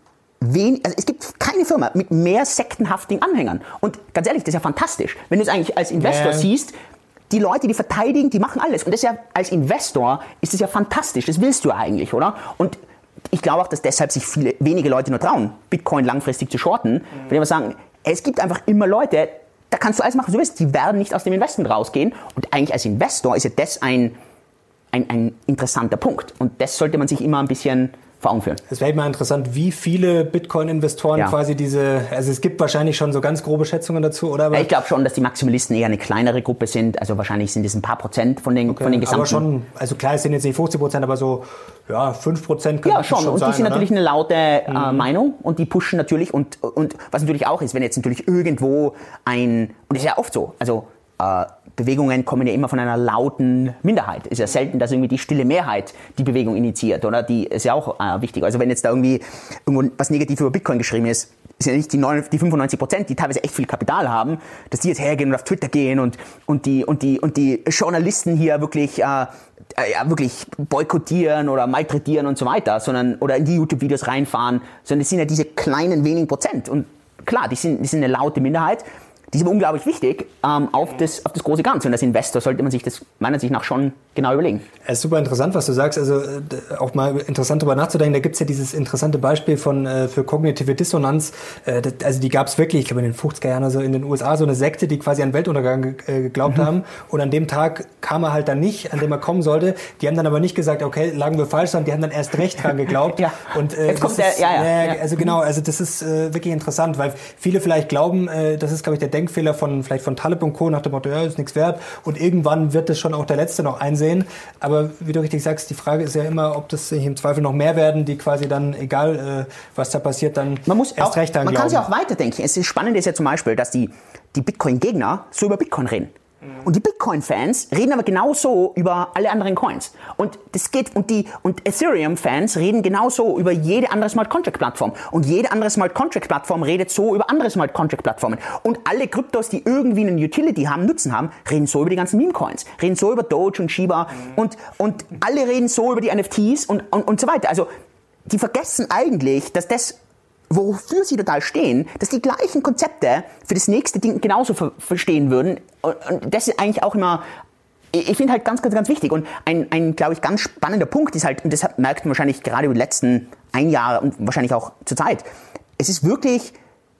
S2: keine Firma mit mehr sektenhaftigen Anhängern. Und ganz ehrlich, das ist ja fantastisch. Wenn du es eigentlich als Investor siehst, die Leute, die verteidigen, die machen alles. Und das ist ja, als Investor ist das ja fantastisch. Das willst du ja eigentlich, oder? Und ich glaube auch, dass deshalb sich wenige Leute nur trauen, Bitcoin langfristig zu shorten. Weil die immer sagen, es gibt einfach immer Leute, da kannst du alles machen, was du willst. Die werden nicht aus dem Investment rausgehen. Und eigentlich als Investor ist ja das ein interessanter Punkt. Und das sollte man sich immer ein bisschen vor Augen führen.
S1: Es wäre mal interessant, wie viele Bitcoin-Investoren quasi also es gibt wahrscheinlich schon so ganz grobe Schätzungen dazu, oder?
S2: Aber ich glaube schon, dass die Maximalisten eher eine kleinere Gruppe sind. Also wahrscheinlich sind es ein paar Prozent von den gesamten.
S1: Aber schon, also klar, es sind jetzt nicht 50%, aber so 5% können
S2: schon sein. Und die sind natürlich eine laute Meinung und die pushen natürlich. Und was natürlich auch ist, wenn jetzt natürlich irgendwo und das ist ja oft so, also Bewegungen kommen ja immer von einer lauten Minderheit. Es ist ja selten, dass irgendwie die stille Mehrheit die Bewegung initiiert, oder? Die ist ja auch wichtig. Also wenn jetzt da irgendwo was negativ über Bitcoin geschrieben ist, ist ja nicht die 95%, die teilweise echt viel Kapital haben, dass die jetzt hergehen und auf Twitter gehen und die Journalisten hier wirklich boykottieren oder malträtieren und so weiter, oder in die YouTube-Videos reinfahren, sondern es sind ja diese kleinen wenigen Prozent. Und klar, die sind eine laute Minderheit. Die ist aber unglaublich wichtig auf das große Ganze. Und als Investor sollte man sich das meiner Ansicht nach schon genau überlegen.
S1: Es ist super interessant, was du sagst. Also auch mal interessant darüber nachzudenken. Da gibt es ja dieses interessante Beispiel für kognitive Dissonanz. Also die gab es wirklich, ich glaube in den 50er Jahren, also in den USA, so eine Sekte, die quasi an Weltuntergang geglaubt haben. Und an dem Tag kam er halt dann nicht, an dem er kommen sollte. Die haben dann aber nicht gesagt, okay, lagen wir falsch, sondern die haben dann erst recht dran geglaubt. Und
S2: jetzt kommt
S1: also genau, also das ist wirklich interessant, weil viele vielleicht glauben, das ist, glaube ich, der Denkfehler von Taleb und Co. nach dem Motto, ja, ist nichts wert. Und irgendwann wird es schon auch der Letzte noch einsehen. Aber wie du richtig sagst, die Frage ist ja immer, ob das im Zweifel noch mehr werden, die quasi dann, egal was da passiert, dann erst recht dran glauben.
S2: Man kann sich auch weiterdenken. Es ist spannend ist ja zum Beispiel, dass die Bitcoin-Gegner so über Bitcoin reden. Und die Bitcoin-Fans reden aber genauso über alle anderen Coins. Und Ethereum-Fans reden genauso über jede andere Smart-Contract-Plattform. Und jede andere Smart-Contract-Plattform redet so über andere Smart-Contract-Plattformen. Und alle Kryptos, die irgendwie einen Utility haben, Nutzen haben, reden so über die ganzen Meme-Coins. Reden so über Doge und Shiba. Und alle reden so über die NFTs und so weiter. Also, die vergessen eigentlich, dass das, wofür sie total stehen, dass die gleichen Konzepte für das nächste Ding genauso verstehen würden. Und das ist eigentlich auch immer, ich finde halt ganz, ganz, ganz wichtig. Und ein glaube ich, ganz spannender Punkt ist halt, und das merkt man wahrscheinlich gerade über die letzten 1 Jahr und wahrscheinlich auch zur Zeit, es ist wirklich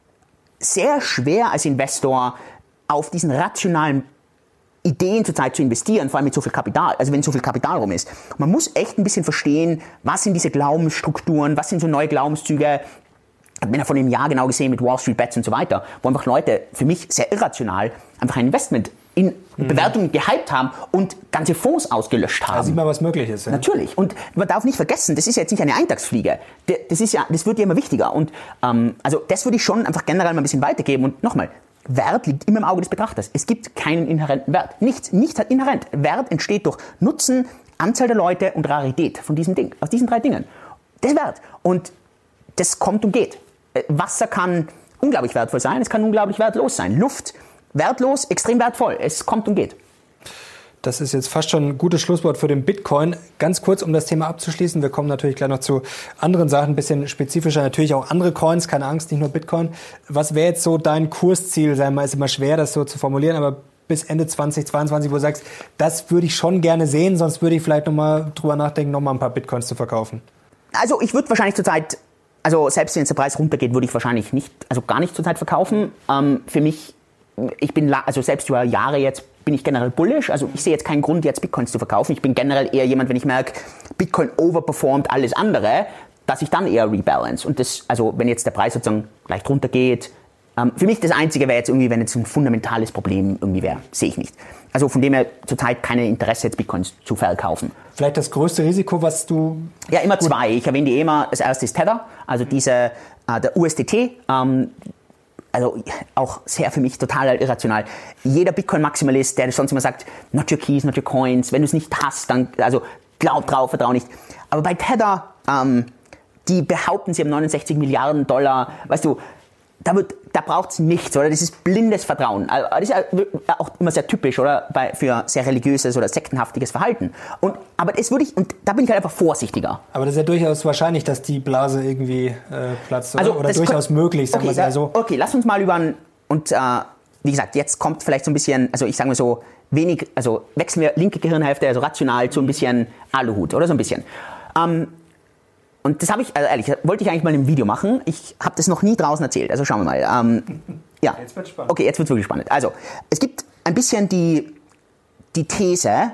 S2: sehr schwer als Investor auf diesen rationalen Ideen zurzeit zu investieren, vor allem mit so viel Kapital, also wenn so viel Kapital rum ist. Man muss echt ein bisschen verstehen, was sind diese Glaubensstrukturen, was sind so neue Glaubenszüge. Ich habe mir vor einem Jahr genau gesehen mit Wall Street Bets und so weiter, wo einfach Leute für mich sehr irrational einfach ein Investment in Bewertungen gehypt haben und ganze Fonds ausgelöscht haben.
S1: Da sieht man, was möglich ist. Ja?
S2: Natürlich. Und man darf nicht vergessen, das ist jetzt nicht eine Eintagsfliege. Das wird ja immer wichtiger. Und also das würde ich schon einfach generell mal ein bisschen weitergeben. Und nochmal, Wert liegt immer im Auge des Betrachters. Es gibt keinen inhärenten Wert. Nichts hat inhärent. Wert entsteht durch Nutzen, Anzahl der Leute und Rarität von diesem Ding. Aus diesen 3 Dingen. Das ist Wert. Und das kommt und geht. Wasser kann unglaublich wertvoll sein, es kann unglaublich wertlos sein. Luft, wertlos, extrem wertvoll. Es kommt und geht.
S1: Das ist jetzt fast schon ein gutes Schlusswort für den Bitcoin. Ganz kurz, um das Thema abzuschließen. Wir kommen natürlich gleich noch zu anderen Sachen, ein bisschen spezifischer. Natürlich auch andere Coins, keine Angst, nicht nur Bitcoin. Was wäre jetzt so dein Kursziel? Sagen wir mal, ist immer schwer, das so zu formulieren, aber bis Ende 2022, wo du sagst, das würde ich schon gerne sehen, sonst würde ich vielleicht nochmal drüber nachdenken, nochmal ein paar Bitcoins zu verkaufen.
S2: Also ich würde wahrscheinlich zurzeit, also selbst wenn jetzt der Preis runtergeht, würde ich wahrscheinlich gar nicht zurzeit verkaufen. Für mich, also selbst über Jahre jetzt bin ich generell bullish. Also ich sehe jetzt keinen Grund, jetzt Bitcoins zu verkaufen. Ich bin generell eher jemand, wenn ich merke, Bitcoin overperformt alles andere, dass ich dann eher rebalance. Und das, also wenn jetzt der Preis sozusagen leicht runtergeht, Für mich das Einzige wäre jetzt irgendwie, wenn jetzt ein fundamentales Problem irgendwie wäre, sehe ich nicht. Also von dem her zurzeit keine Interesse, jetzt Bitcoins zu verkaufen.
S1: Vielleicht das größte Risiko, was du...
S2: Ja, immer zwei. Ich erwähne die immer. Das erste ist Tether, also der USDT. Also auch sehr für mich total irrational. Jeder Bitcoin-Maximalist, der sonst immer sagt, not your keys, not your coins, wenn du es nicht hast, dann, also glaub drauf, vertrau nicht. Aber bei Tether, die behaupten, sie haben 69 Milliarden $, weißt du, da braucht es nichts, oder? Das ist blindes Vertrauen. Also, das ist ja auch immer sehr typisch, oder? Für sehr religiöses oder sektenhaftiges Verhalten. Aber das würde ich, und da bin ich halt einfach vorsichtiger.
S1: Aber das ist ja durchaus wahrscheinlich, dass die Blase irgendwie platzt, oder? Also, oder durchaus möglich, sagen wir es ja so.
S2: Okay, lass uns mal wie gesagt, jetzt kommt vielleicht so ein bisschen, also ich sage mal so, wechseln wir linke Gehirnhälfte, also rational, zu ein bisschen Aluhut, oder so ein bisschen. Und das habe ich, also ehrlich, wollte ich eigentlich mal in einem Video machen. Ich habe das noch nie draußen erzählt. Also schauen wir mal. Ja. Jetzt wird spannend. Okay, jetzt wird es wirklich spannend. Also, es gibt ein bisschen die These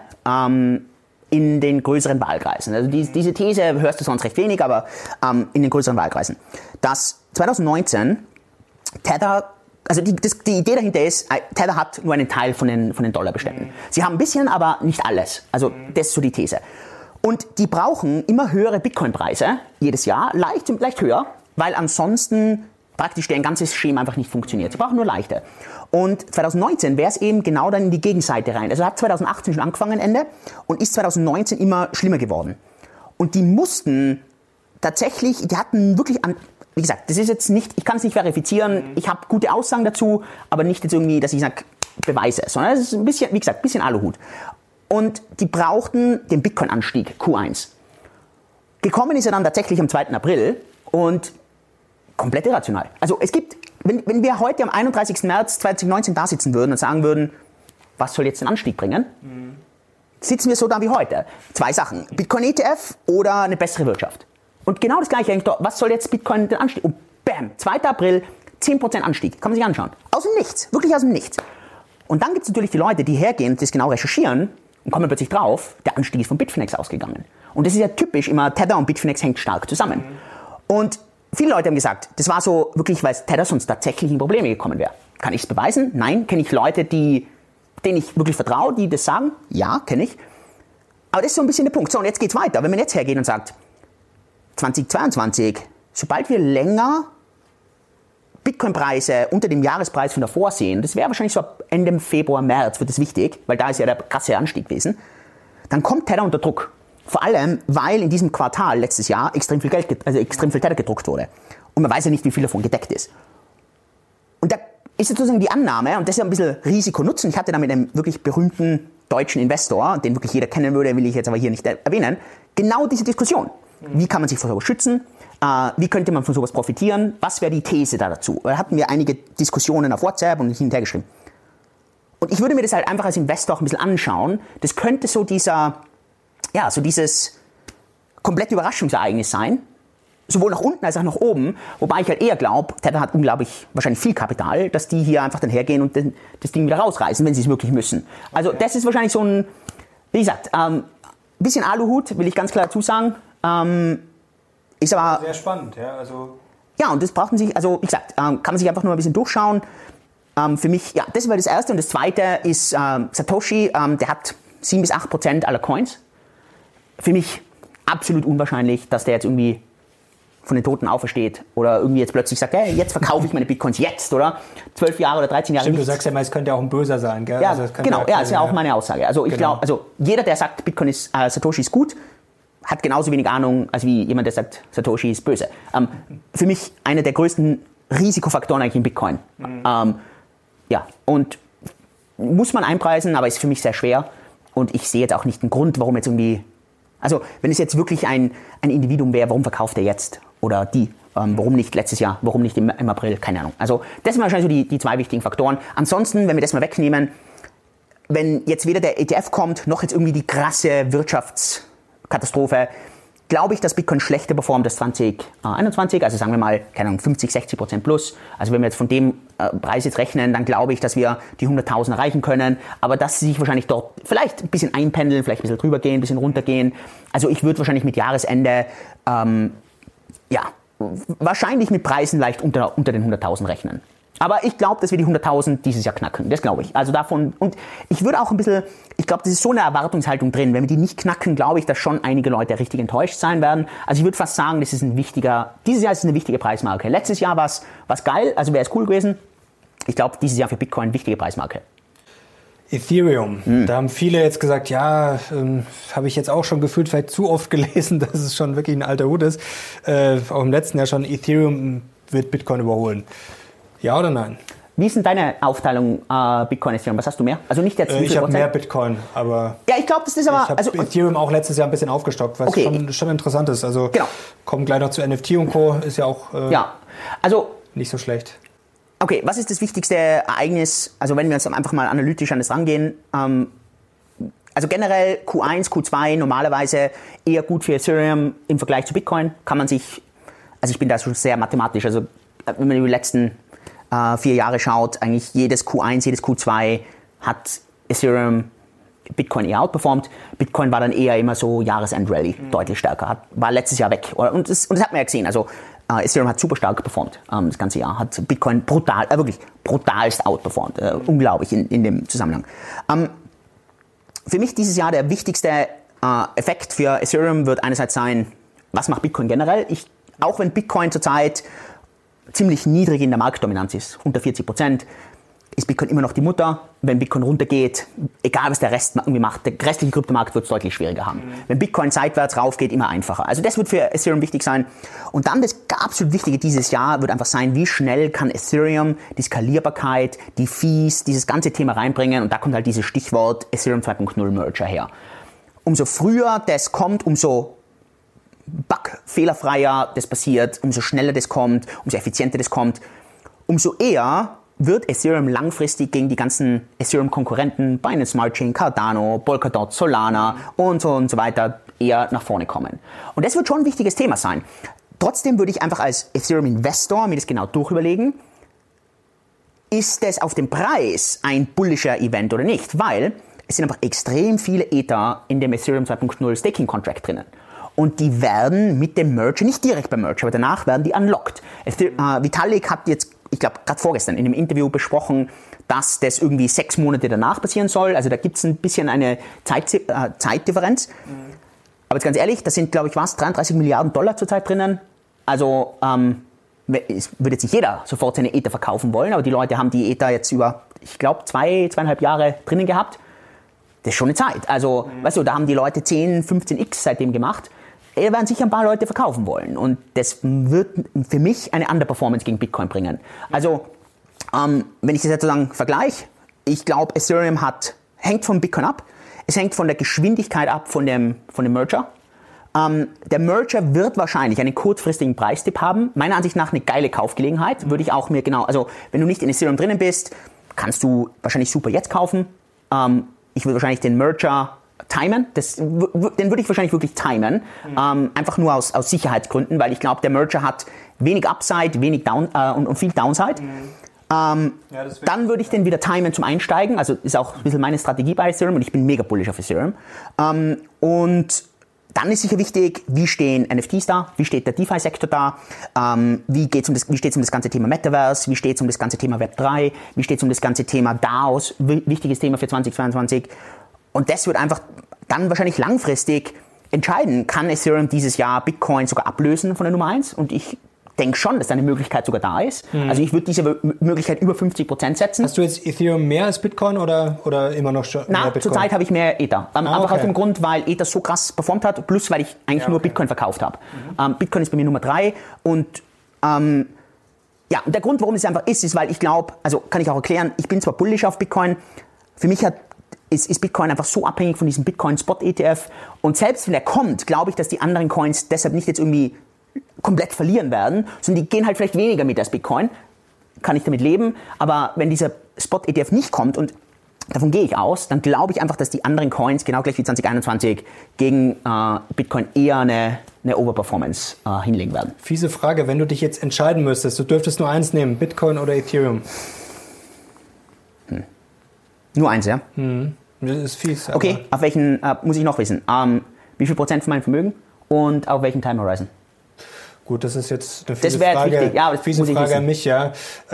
S2: in den größeren Wahlkreisen. Also diese These hörst du sonst recht wenig, aber in den größeren Wahlkreisen. Dass 2019 Tether, also die Idee dahinter ist, Tether hat nur einen Teil von den Dollarbeständen. Sie haben ein bisschen, aber nicht alles. Also das ist so die These. Und die brauchen immer höhere Bitcoin-Preise jedes Jahr, leicht höher, weil ansonsten praktisch deren ganzes Schema einfach nicht funktioniert. Sie brauchen nur leichte. Und 2019 wäre es eben genau dann in die Gegenseite rein. Also hat 2018 schon angefangen, Ende, und ist 2019 immer schlimmer geworden. Und die mussten tatsächlich, die hatten wirklich wie gesagt, das ist jetzt nicht, ich kann es nicht verifizieren, ich habe gute Aussagen dazu, aber nicht jetzt irgendwie, dass ich sage, Beweise, sondern es ist ein bisschen, wie gesagt, ein bisschen Aluhut. Und die brauchten den Bitcoin-Anstieg, Q1. Gekommen ist er dann tatsächlich am 2. April und komplett irrational. Also es gibt, wenn wir heute am 31. März 2019 da sitzen würden und sagen würden, was soll jetzt den Anstieg bringen, sitzen wir so da wie heute. Zwei Sachen, Bitcoin-ETF oder eine bessere Wirtschaft. Und genau das Gleiche eigentlich, was soll jetzt Bitcoin den Anstieg? Und bam, 2. April, 10% Anstieg, kann man sich anschauen. Aus dem Nichts, wirklich aus dem Nichts. Und dann gibt es natürlich die Leute, die hergehen und das genau recherchieren und kommen plötzlich drauf, der Anstieg ist von Bitfinex ausgegangen. Und das ist ja typisch immer, Tether und Bitfinex hängt stark zusammen. Und viele Leute haben gesagt, das war so wirklich, weil Tether sonst tatsächlich in Probleme gekommen wäre. Kann ich es beweisen? Nein. Kenne ich Leute, denen ich wirklich vertraue, die das sagen? Ja, kenne ich. Aber das ist so ein bisschen der Punkt. So, und jetzt geht's weiter. Wenn man jetzt hergeht und sagt, 2022, sobald wir länger Bitcoin-Preise unter dem Jahrespreis von davor sehen, das wäre wahrscheinlich so ab Ende Februar, März, wird das wichtig, weil da ist ja der krasse Anstieg gewesen, dann kommt Tether unter Druck. Vor allem, weil in diesem Quartal letztes Jahr extrem viel Tether gedruckt wurde. Und man weiß ja nicht, wie viel davon gedeckt ist. Und da ist sozusagen die Annahme, und das ist ja ein bisschen Risiko-Nutzen, ich hatte da mit einem wirklich berühmten deutschen Investor, den wirklich jeder kennen würde, will ich jetzt aber hier nicht erwähnen, genau diese Diskussion. Wie kann man sich vor sowas schützen? Wie könnte man von sowas profitieren? Was wäre die These da dazu? Da hatten wir einige Diskussionen auf WhatsApp und hin und her geschrieben. Und ich würde mir das halt einfach als Investor auch ein bisschen anschauen. Das könnte so dieses komplette Überraschungsereignis sein. Sowohl nach unten als auch nach oben. Wobei ich halt eher glaube, Tether hat unglaublich, wahrscheinlich viel Kapital, dass die hier einfach dann hergehen und das Ding wieder rausreißen, wenn sie es wirklich müssen. Also das ist wahrscheinlich so ein, wie gesagt, bisschen Aluhut, will ich ganz klar dazu sagen. Ist aber
S1: sehr spannend, ja. Also
S2: ja, und das braucht man sich, also wie gesagt, kann man sich einfach nur ein bisschen durchschauen. Für mich, ja, das war das Erste. Und das Zweite ist Satoshi, der hat 7-8% aller Coins. Für mich absolut unwahrscheinlich, dass der jetzt irgendwie von den Toten aufersteht oder irgendwie jetzt plötzlich sagt, hey, jetzt verkaufe ich meine Bitcoins jetzt, oder 12 Jahre oder 13 Jahre.
S1: Stimmt, du sagst ja mal, es könnte auch ein Böser sein, gell?
S2: Ja,
S1: also
S2: genau, ja, ist ja auch meine Aussage. Also ich glaube, also jeder, der sagt, Bitcoin ist, Satoshi ist gut, hat genauso wenig Ahnung, als wie jemand, der sagt, Satoshi ist böse. Für mich einer der größten Risikofaktoren eigentlich in Bitcoin. Ja, und muss man einpreisen, aber ist für mich sehr schwer. Und ich sehe jetzt auch nicht einen Grund, warum jetzt irgendwie, also wenn es jetzt wirklich ein Individuum wäre, warum verkauft er jetzt? Oder die, warum nicht letztes Jahr, warum nicht im April, keine Ahnung. Also das sind wahrscheinlich so die zwei wichtigen Faktoren. Ansonsten, wenn wir das mal wegnehmen, wenn jetzt weder der ETF kommt, noch jetzt irgendwie die krasse Wirtschaftskatastrophe, glaube ich, dass Bitcoin schlechter performt als 2021, also sagen wir mal, keine Ahnung, 50-60% plus. Also wenn wir jetzt von dem Preis jetzt rechnen, dann glaube ich, dass wir die 100.000 erreichen können, aber dass sie sich wahrscheinlich dort vielleicht ein bisschen einpendeln, vielleicht ein bisschen drüber gehen, ein bisschen runtergehen. Also ich würde wahrscheinlich mit Jahresende, wahrscheinlich mit Preisen leicht unter den 100.000 rechnen. Aber ich glaube, dass wir die 100.000 dieses Jahr knacken. Das glaube ich. Also davon, und ich würde auch ein bisschen, ich glaube, das ist so eine Erwartungshaltung drin. Wenn wir die nicht knacken, glaube ich, dass schon einige Leute richtig enttäuscht sein werden. Also ich würde fast sagen, dieses Jahr ist es eine wichtige Preismarke. Letztes Jahr war es geil, also wäre es cool gewesen. Ich glaube, dieses Jahr für Bitcoin eine wichtige Preismarke.
S1: Ethereum. Da haben viele jetzt gesagt, ja, habe ich jetzt auch schon gefühlt vielleicht zu oft gelesen, dass es schon wirklich ein alter Hut ist. Auch im letzten Jahr schon, Ethereum wird Bitcoin überholen. Ja oder nein?
S2: Wie ist denn deine Aufteilung Bitcoin, Ethereum? Was hast du mehr? Also nicht jetzt
S1: ich habe mehr Bitcoin, aber
S2: ja, ich glaube, das ist aber
S1: ich habe Ethereum auch letztes Jahr ein bisschen aufgestockt, was schon interessant ist. Also
S2: genau.
S1: Kommen gleich noch zu NFT und Co. Ist ja auch nicht so schlecht.
S2: Okay, was ist das wichtigste Ereignis? Also wenn wir uns einfach mal analytisch an das rangehen. Also generell Q1, Q2 normalerweise eher gut für Ethereum im Vergleich zu Bitcoin. Kann man sich, also ich bin da schon sehr mathematisch, also wenn man über die letzten 4 Jahre schaut, eigentlich jedes Q1, jedes Q2 hat Ethereum Bitcoin eher outperformt. Bitcoin war dann eher immer so Jahresend-Rally, deutlich stärker. War letztes Jahr weg. Und das hat man ja gesehen. Also Ethereum hat super stark performt das ganze Jahr. Hat Bitcoin wirklich brutalst outperformt. Unglaublich in dem Zusammenhang. Für mich dieses Jahr der wichtigste Effekt für Ethereum wird einerseits sein, was macht Bitcoin generell? Auch wenn Bitcoin zurzeit ziemlich niedrig in der Marktdominanz ist, unter 40%, ist Bitcoin immer noch die Mutter. Wenn Bitcoin runtergeht, egal was der Rest irgendwie macht, der restliche Kryptomarkt wird es deutlich schwieriger haben. Wenn Bitcoin seitwärts raufgeht, immer einfacher. Also das wird für Ethereum wichtig sein. Und dann das absolut Wichtige dieses Jahr wird einfach sein, wie schnell kann Ethereum die Skalierbarkeit, die Fees, dieses ganze Thema reinbringen. Und da kommt halt dieses Stichwort Ethereum 2.0 Merger her. Umso früher das kommt, umso bugfehlerfreier das passiert, umso schneller das kommt, umso effizienter das kommt, umso eher wird Ethereum langfristig gegen die ganzen Ethereum-Konkurrenten, Binance Smart Chain, Cardano, Polkadot, Solana und so weiter eher nach vorne kommen. Und das wird schon ein wichtiges Thema sein. Trotzdem würde ich einfach als Ethereum-Investor mir das genau durchüberlegen, ist das auf dem Preis ein bullischer Event oder nicht? Weil es sind einfach extrem viele Ether in dem Ethereum 2.0 Staking-Contract drinnen. Und die werden mit dem Merger, nicht direkt beim Merger, aber danach werden die unlocked. Vitalik hat jetzt, ich glaube, gerade vorgestern in einem Interview besprochen, dass das irgendwie 6 Monate danach passieren soll. Also da gibt es ein bisschen eine Zeitdifferenz. Aber jetzt ganz ehrlich, das sind, glaube ich, 33 Milliarden Dollar zurzeit drinnen. Also es würde jetzt nicht jeder sofort seine Ether verkaufen wollen, aber die Leute haben die Ether jetzt über, ich glaube, 2,5 Jahre drinnen gehabt. Das ist schon eine Zeit. Also, weißt du, da haben die Leute 10, 15x seitdem gemacht. Da werden sicher ein paar Leute verkaufen wollen. Und das wird für mich eine Underperformance gegen Bitcoin bringen. Also, wenn ich das jetzt sozusagen vergleiche, ich glaube, Ethereum hängt von Bitcoin ab. Es hängt von der Geschwindigkeit ab von dem Merger. Der Merger wird wahrscheinlich einen kurzfristigen Preistipp haben. Meiner Ansicht nach eine geile Kaufgelegenheit. Würde ich auch mir also wenn du nicht in Ethereum drinnen bist, kannst du wahrscheinlich super jetzt kaufen. Ich würde wahrscheinlich den Merger timen, den würde ich wahrscheinlich wirklich timen, einfach nur aus Sicherheitsgründen, weil ich glaube, der Merger hat wenig Upside, wenig und viel Downside. Dann würde ich den wieder timen zum Einsteigen, also ist auch ein bisschen meine Strategie bei Ethereum und ich bin mega bullish auf Ethereum. Und dann ist sicher wichtig, wie stehen NFTs da, wie steht der DeFi-Sektor da, wie steht es um das ganze Thema Metaverse, wie steht es um das ganze Thema Web3, wie steht es um das ganze Thema DAOs, wichtiges Thema für 2022. Und das wird einfach dann wahrscheinlich langfristig entscheiden, kann Ethereum dieses Jahr Bitcoin sogar ablösen von der Nummer 1? Und ich denke schon, dass da eine Möglichkeit sogar da ist. Also ich würde diese Möglichkeit über 50% setzen.
S1: Hast du jetzt Ethereum mehr als Bitcoin oder immer noch schon mehr Bitcoin?
S2: Zurzeit habe ich mehr Ether. Einfach aus dem Grund, weil Ether so krass performt hat, plus weil ich eigentlich nur Bitcoin verkauft habe. Bitcoin ist bei mir Nummer 3 und der Grund, warum es einfach ist, weil ich glaube, also kann ich auch erklären, ich bin zwar bullish auf Bitcoin, für mich ist Bitcoin einfach so abhängig von diesem Bitcoin-Spot-ETF und selbst wenn er kommt, glaube ich, dass die anderen Coins deshalb nicht jetzt irgendwie komplett verlieren werden, sondern die gehen halt vielleicht weniger mit als Bitcoin. Kann ich damit leben, aber wenn dieser Spot-ETF nicht kommt und davon gehe ich aus, dann glaube ich einfach, dass die anderen Coins, genau gleich wie 2021, gegen Bitcoin eher eine Overperformance hinlegen werden.
S1: Fiese Frage, wenn du dich jetzt entscheiden müsstest, du dürftest nur eins nehmen, Bitcoin oder Ethereum?
S2: Nur eins, ja?
S1: Das ist fies.
S2: Okay, auf welchen, muss ich noch wissen, wie viel Prozent von meinem Vermögen und auf welchem Time Horizon?
S1: Gut, das ist jetzt eine
S2: fiese Frage,
S1: Frage an mich, ja.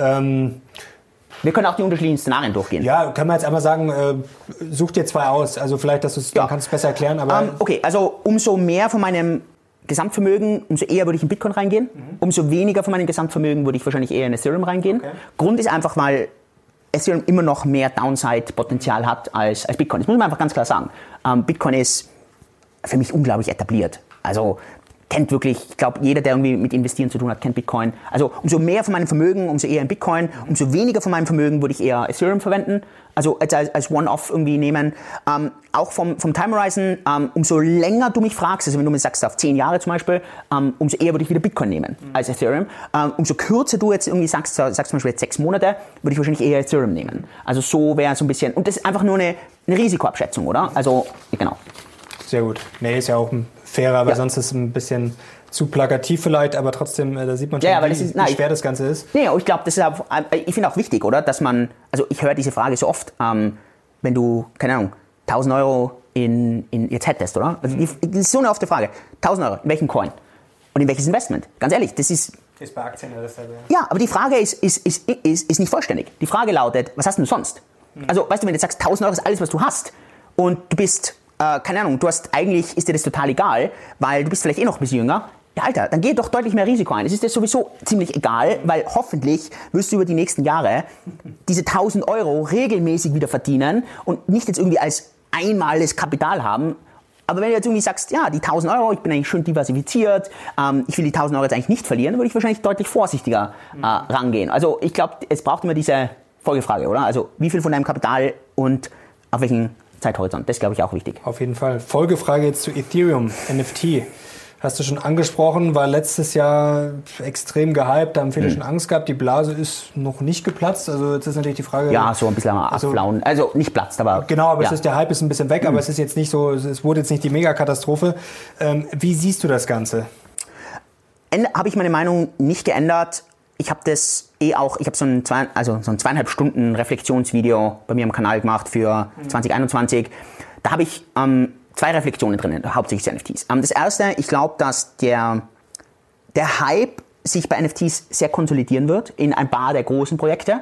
S2: Wir können auch die unterschiedlichen Szenarien durchgehen.
S1: Ja, kann man jetzt einmal sagen, such dir 2 aus. Also vielleicht, dass dann kannst du es besser erklären. Aber
S2: okay, also umso mehr von meinem Gesamtvermögen, umso eher würde ich in Bitcoin reingehen. Umso weniger von meinem Gesamtvermögen würde ich wahrscheinlich eher in Ethereum reingehen. Okay. Grund ist einfach, weil Ethereum immer noch mehr Downside-Potenzial hat als Bitcoin. Das muss man einfach ganz klar sagen. Bitcoin ist für mich unglaublich etabliert. Also kennt wirklich, ich glaube, jeder, der irgendwie mit Investieren zu tun hat, kennt Bitcoin. Also umso mehr von meinem Vermögen, umso eher in Bitcoin, umso weniger von meinem Vermögen würde ich eher Ethereum verwenden, also als One-Off irgendwie nehmen. Auch vom Time Horizon, umso länger du mich fragst, also wenn du mir sagst, auf 10 Jahre zum Beispiel, umso eher würde ich wieder Bitcoin nehmen als Ethereum. Umso kürzer du jetzt irgendwie sagst zum Beispiel jetzt 6 Monate, würde ich wahrscheinlich eher Ethereum nehmen. Also so wäre so ein bisschen, und das ist einfach nur eine Risikoabschätzung, oder? Also, genau.
S1: Sehr gut. Nee, ist ja auch fairer, aber sonst ist es ein bisschen zu plakativ vielleicht, aber trotzdem, da sieht man schon, wie schwer das Ganze ist.
S2: Nee, ich glaube, ich finde auch wichtig, oder, dass man, also ich höre diese Frage so oft, wenn du, keine Ahnung, 1.000 Euro in jetzt hättest, oder? Also das ist so eine ofte Frage. 1.000 Euro, in welchen Coin? Und in welches Investment? Ganz ehrlich, das ist...
S1: Ist bei Aktien ja dasselbe.
S2: Ja, aber die Frage ist nicht vollständig. Die Frage lautet, was hast du sonst? Also, weißt du, wenn du sagst, 1.000 Euro ist alles, was du hast, und du bist... keine Ahnung, eigentlich ist dir das total egal, weil du bist vielleicht noch ein bisschen jünger. Ja, Alter, dann geh doch deutlich mehr Risiko ein. Es ist dir sowieso ziemlich egal, weil hoffentlich wirst du über die nächsten Jahre diese 1.000 Euro regelmäßig wieder verdienen und nicht jetzt irgendwie als einmaliges Kapital haben. Aber wenn du jetzt irgendwie sagst, ja, die 1.000 Euro, ich bin eigentlich schön diversifiziert, ich will die 1.000 Euro jetzt eigentlich nicht verlieren, würde ich wahrscheinlich deutlich vorsichtiger rangehen. Also ich glaube, es braucht immer diese Folgefrage, oder? Also wie viel von deinem Kapital und auf welchen Zeithorizont. Das ist, glaube ich, auch wichtig.
S1: Auf jeden Fall. Folgefrage jetzt zu Ethereum, NFT. Hast du schon angesprochen, war letztes Jahr extrem gehypt, da haben viele schon Angst gehabt. Die Blase ist noch nicht geplatzt. Also jetzt ist natürlich die Frage...
S2: Ja, so ein bisschen abflauen. Also nicht platzt, aber...
S1: Genau, aber der Hype ist ein bisschen weg, aber es ist jetzt nicht so, es wurde jetzt nicht die Megakatastrophe. Wie siehst du das Ganze?
S2: Habe ich meine Meinung nicht geändert. Ich habe das ich habe so ein 2,5 Stunden Reflexionsvideo bei mir am Kanal gemacht für 2021. Da habe ich 2 Reflexionen drin, hauptsächlich zu NFTs. Das erste, ich glaube, dass der Hype sich bei NFTs sehr konsolidieren wird in ein paar der großen Projekte.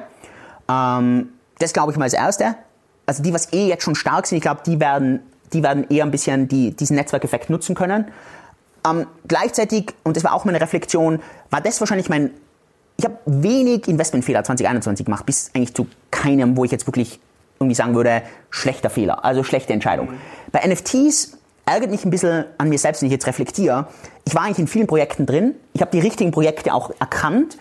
S2: Das glaube ich mal als erste. Also die, was jetzt schon stark sind, ich glaube, die werden eher ein bisschen diesen Netzwerkeffekt nutzen können. Gleichzeitig, und das war auch meine Reflexion, war das wahrscheinlich ich habe wenig Investmentfehler 2021 gemacht, bis eigentlich zu keinem, wo ich jetzt wirklich irgendwie sagen würde, schlechter Fehler, also schlechte Entscheidung. Bei NFTs ärgert mich ein bisschen an mir selbst, wenn ich jetzt reflektiere. Ich war eigentlich in vielen Projekten drin, ich habe die richtigen Projekte auch erkannt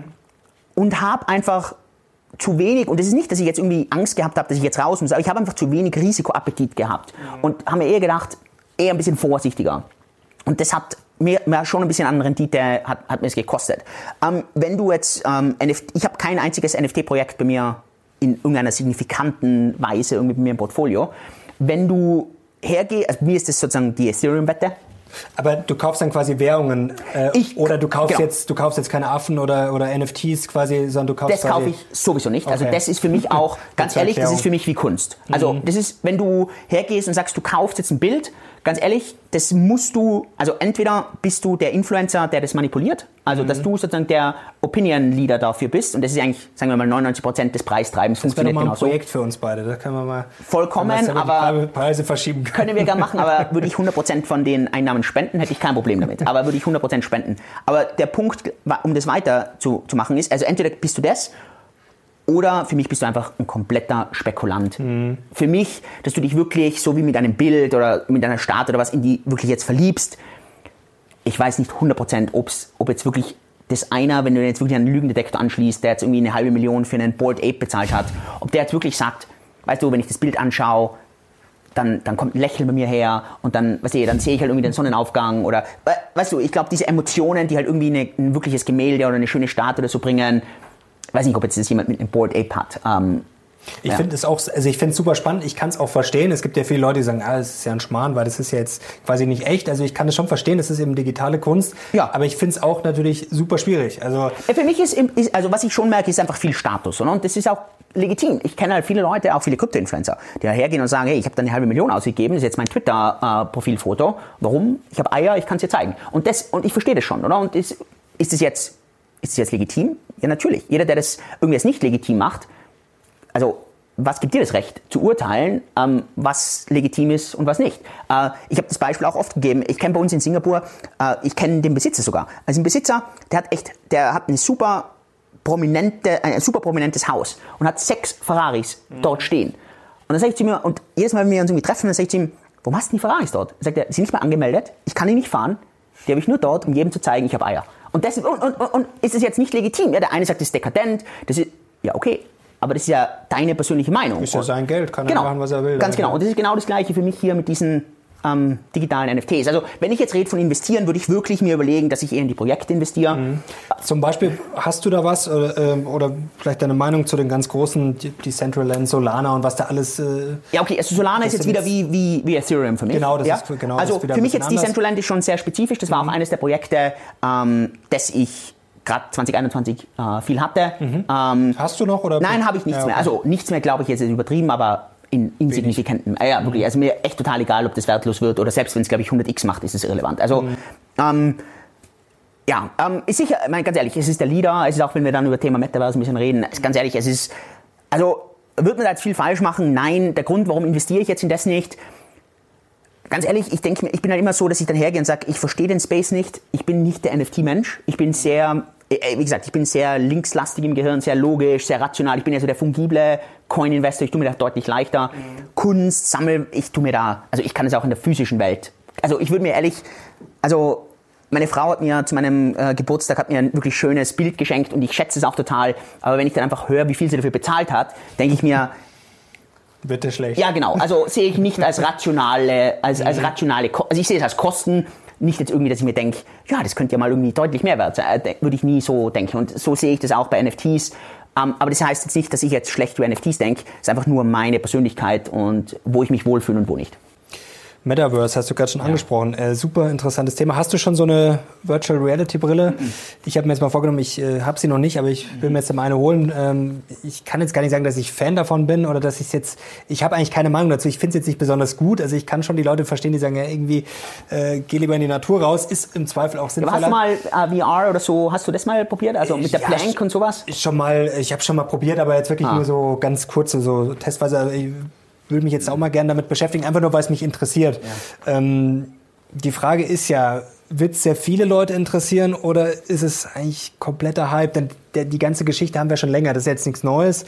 S2: und habe einfach zu wenig, und das ist nicht, dass ich jetzt irgendwie Angst gehabt habe, dass ich jetzt raus muss, aber ich habe einfach zu wenig Risikoappetit gehabt und habe mir eher gedacht, eher ein bisschen vorsichtiger. Und das hat mir schon ein bisschen an Rendite hat mir es gekostet. Wenn du jetzt ich habe kein einziges NFT-Projekt bei mir in irgendeiner signifikanten Weise irgendwie bei mir im Portfolio. Wenn du hergehst, also mir ist das sozusagen die Ethereum-Wette.
S1: Aber du kaufst dann quasi Währungen oder du kaufst jetzt keine Affen oder NFTs quasi, sondern du kaufst...
S2: Das kaufe ich sowieso nicht. Okay. Also das ist für mich auch, ganz ehrlich, das ist für mich wie Kunst. Also das ist, wenn du hergehst und sagst, du kaufst jetzt ein Bild, ganz ehrlich, das musst du, also entweder bist du der Influencer, der das manipuliert, also dass du sozusagen der Opinion Leader dafür bist, und das ist eigentlich, sagen wir mal, 99% des Preistreibens funktioniert genauso. Das wäre mal ein Projekt
S1: für uns beide, da können wir mal...
S2: Vollkommen, aber...
S1: Preise verschieben können.
S2: Können wir gerne machen, aber würde ich 100% von den Einnahmen spenden, hätte ich kein Problem damit, aber würde ich 100% spenden. Aber der Punkt, um das weiter zu machen ist, also entweder bist du das, oder für mich bist du einfach ein kompletter Spekulant. Für mich, dass du dich wirklich so wie mit einem Bild oder mit einer Stadt oder was in die wirklich jetzt verliebst. Ich weiß nicht 100%, ob jetzt wirklich das einer, wenn du jetzt wirklich einen Lügendetektor anschließt, der jetzt irgendwie 500.000 für einen Bored Ape bezahlt hat, ob der jetzt wirklich sagt, weißt du, wenn ich das Bild anschaue, dann kommt ein Lächeln bei mir her und dann sehe ich halt irgendwie den Sonnenaufgang oder, weißt du, ich glaube, diese Emotionen, die halt irgendwie ein wirkliches Gemälde oder eine schöne Statue oder so bringen, weiß nicht, ob jetzt das jemand mit einem Bored Ape hat.
S1: Ich finde es auch, also ich finde es super spannend, ich kann es auch verstehen. Es gibt ja viele Leute, die sagen, das ist ja ein Schmarrn, weil das ist ja jetzt quasi nicht echt. Also ich kann es schon verstehen, das ist eben digitale Kunst. Ja. Aber ich finde es auch natürlich super schwierig. Also
S2: für mich ist, also was ich schon merke, ist einfach viel Status. Oder? Und das ist auch legitim. Ich kenne halt viele Leute, auch viele Krypto-Influencer, die hergehen und sagen, hey, ich habe da 500.000 ausgegeben, das ist jetzt mein Twitter-Profilfoto. Warum? Ich habe Eier, ich kann es dir zeigen. Und ich verstehe das schon, oder? Und ist es jetzt legitim? Ja, natürlich. Jeder, der das irgendwas nicht legitim macht, also was gibt dir das Recht zu urteilen, was legitim ist und was nicht? Ich habe das Beispiel auch oft gegeben. Ich kenne bei uns in Singapur, ich kenne den Besitzer sogar. Also ein Besitzer, der hat ein super prominentes Haus und hat 6 Ferraris dort stehen. Und dann sage ich zu ihm, und jedes Mal, wenn wir uns irgendwie treffen, dann sage ich zu ihm, warum hast du die Ferraris dort? Sagt er, die sind nicht mehr angemeldet, ich kann die nicht fahren, die habe ich nur dort, um jedem zu zeigen, ich habe Eier. Und ist es jetzt nicht legitim? Ja, der eine sagt, das ist dekadent, das ist, ja okay. Aber das ist ja deine persönliche Meinung.
S1: Ist ja sein Geld, kann er machen, was er will.
S2: Ganz genau. Und das ist genau das Gleiche für mich hier mit diesen digitalen NFTs. Also wenn ich jetzt rede von investieren, würde ich wirklich mir überlegen, dass ich eher in die Projekte investiere.
S1: Zum Beispiel, hast du da was oder vielleicht deine Meinung zu den ganz großen Decentraland, Solana und was da alles...
S2: ja, okay, also Solana ist jetzt wieder wie Ethereum für mich.
S1: Genau, das
S2: ja?
S1: ist genau.
S2: Also
S1: das ist wieder
S2: für mich jetzt
S1: anders.
S2: Decentraland ist schon sehr spezifisch. Das war auch eines der Projekte, das ich gerade 2021 viel hatte.
S1: Hast du noch? Oder?
S2: Nein, habe ich nichts mehr. Also nichts mehr, glaube ich, jetzt ist übertrieben, aber in insignifikanten. Ja, wirklich. Also mir echt total egal, ob das wertlos wird oder selbst wenn es, glaube ich, 100x macht, ist es irrelevant. Also, ist sicher, ich meine, ganz ehrlich, es ist der Leader, es ist auch, wenn wir dann über Thema Metaverse ein bisschen reden, ganz ehrlich, es ist, also, wird man da jetzt viel falsch machen? Nein, der Grund, warum investiere ich jetzt in das nicht? Ganz ehrlich, ich denke mir, ich bin halt immer so, dass ich dann hergehe und sage, ich verstehe den Space nicht, ich bin nicht der NFT-Mensch, ich bin sehr, wie gesagt, ich bin sehr linkslastig im Gehirn, sehr logisch, sehr rational, ich bin ja so der fungible Coin-Investor, ich tue mir da deutlich leichter. Kunst, ich tue mir da, also ich kann es auch in der physischen Welt. Also ich würde mir ehrlich, also meine Frau hat mir zu meinem Geburtstag hat mir ein wirklich schönes Bild geschenkt und ich schätze es auch total, aber wenn ich dann einfach höre, wie viel sie dafür bezahlt hat, denke ich mir,
S1: bitte schlecht.
S2: Ja, genau. Also sehe ich nicht als rationale, also ich sehe es als Kosten, nicht jetzt irgendwie, dass ich mir denke, ja, das könnte ja mal irgendwie deutlich mehr wert sein. Würde ich nie so denken. Und so sehe ich das auch bei NFTs. Aber das heißt jetzt nicht, dass ich jetzt schlecht über NFTs denke. Es ist einfach nur meine Persönlichkeit und wo ich mich wohlfühle und wo nicht.
S1: Metaverse hast du gerade schon angesprochen. Super interessantes Thema. Hast du schon so eine Virtual Reality Brille? Ich habe mir jetzt mal vorgenommen, ich habe sie noch nicht, aber ich will mir jetzt mal eine holen. Ich kann jetzt gar nicht sagen, dass ich Fan davon bin oder dass ich habe eigentlich keine Meinung dazu. Ich finde es jetzt nicht besonders gut. Also ich kann schon die Leute verstehen, die sagen, ja irgendwie geh lieber in die Natur raus. Ist im Zweifel auch sinnvoller.
S2: Aber hast du mal VR oder so, hast du das mal probiert? Also mit der Plank und sowas?
S1: Ich habe schon mal probiert, aber jetzt wirklich nur so ganz kurze, so testweise. Ich will mich jetzt auch mal gerne damit beschäftigen, einfach nur, weil es mich interessiert. Ja. Die Frage ist ja, wird es sehr viele Leute interessieren oder ist es eigentlich kompletter Hype? Denn die ganze Geschichte haben wir schon länger, das ist jetzt nichts Neues.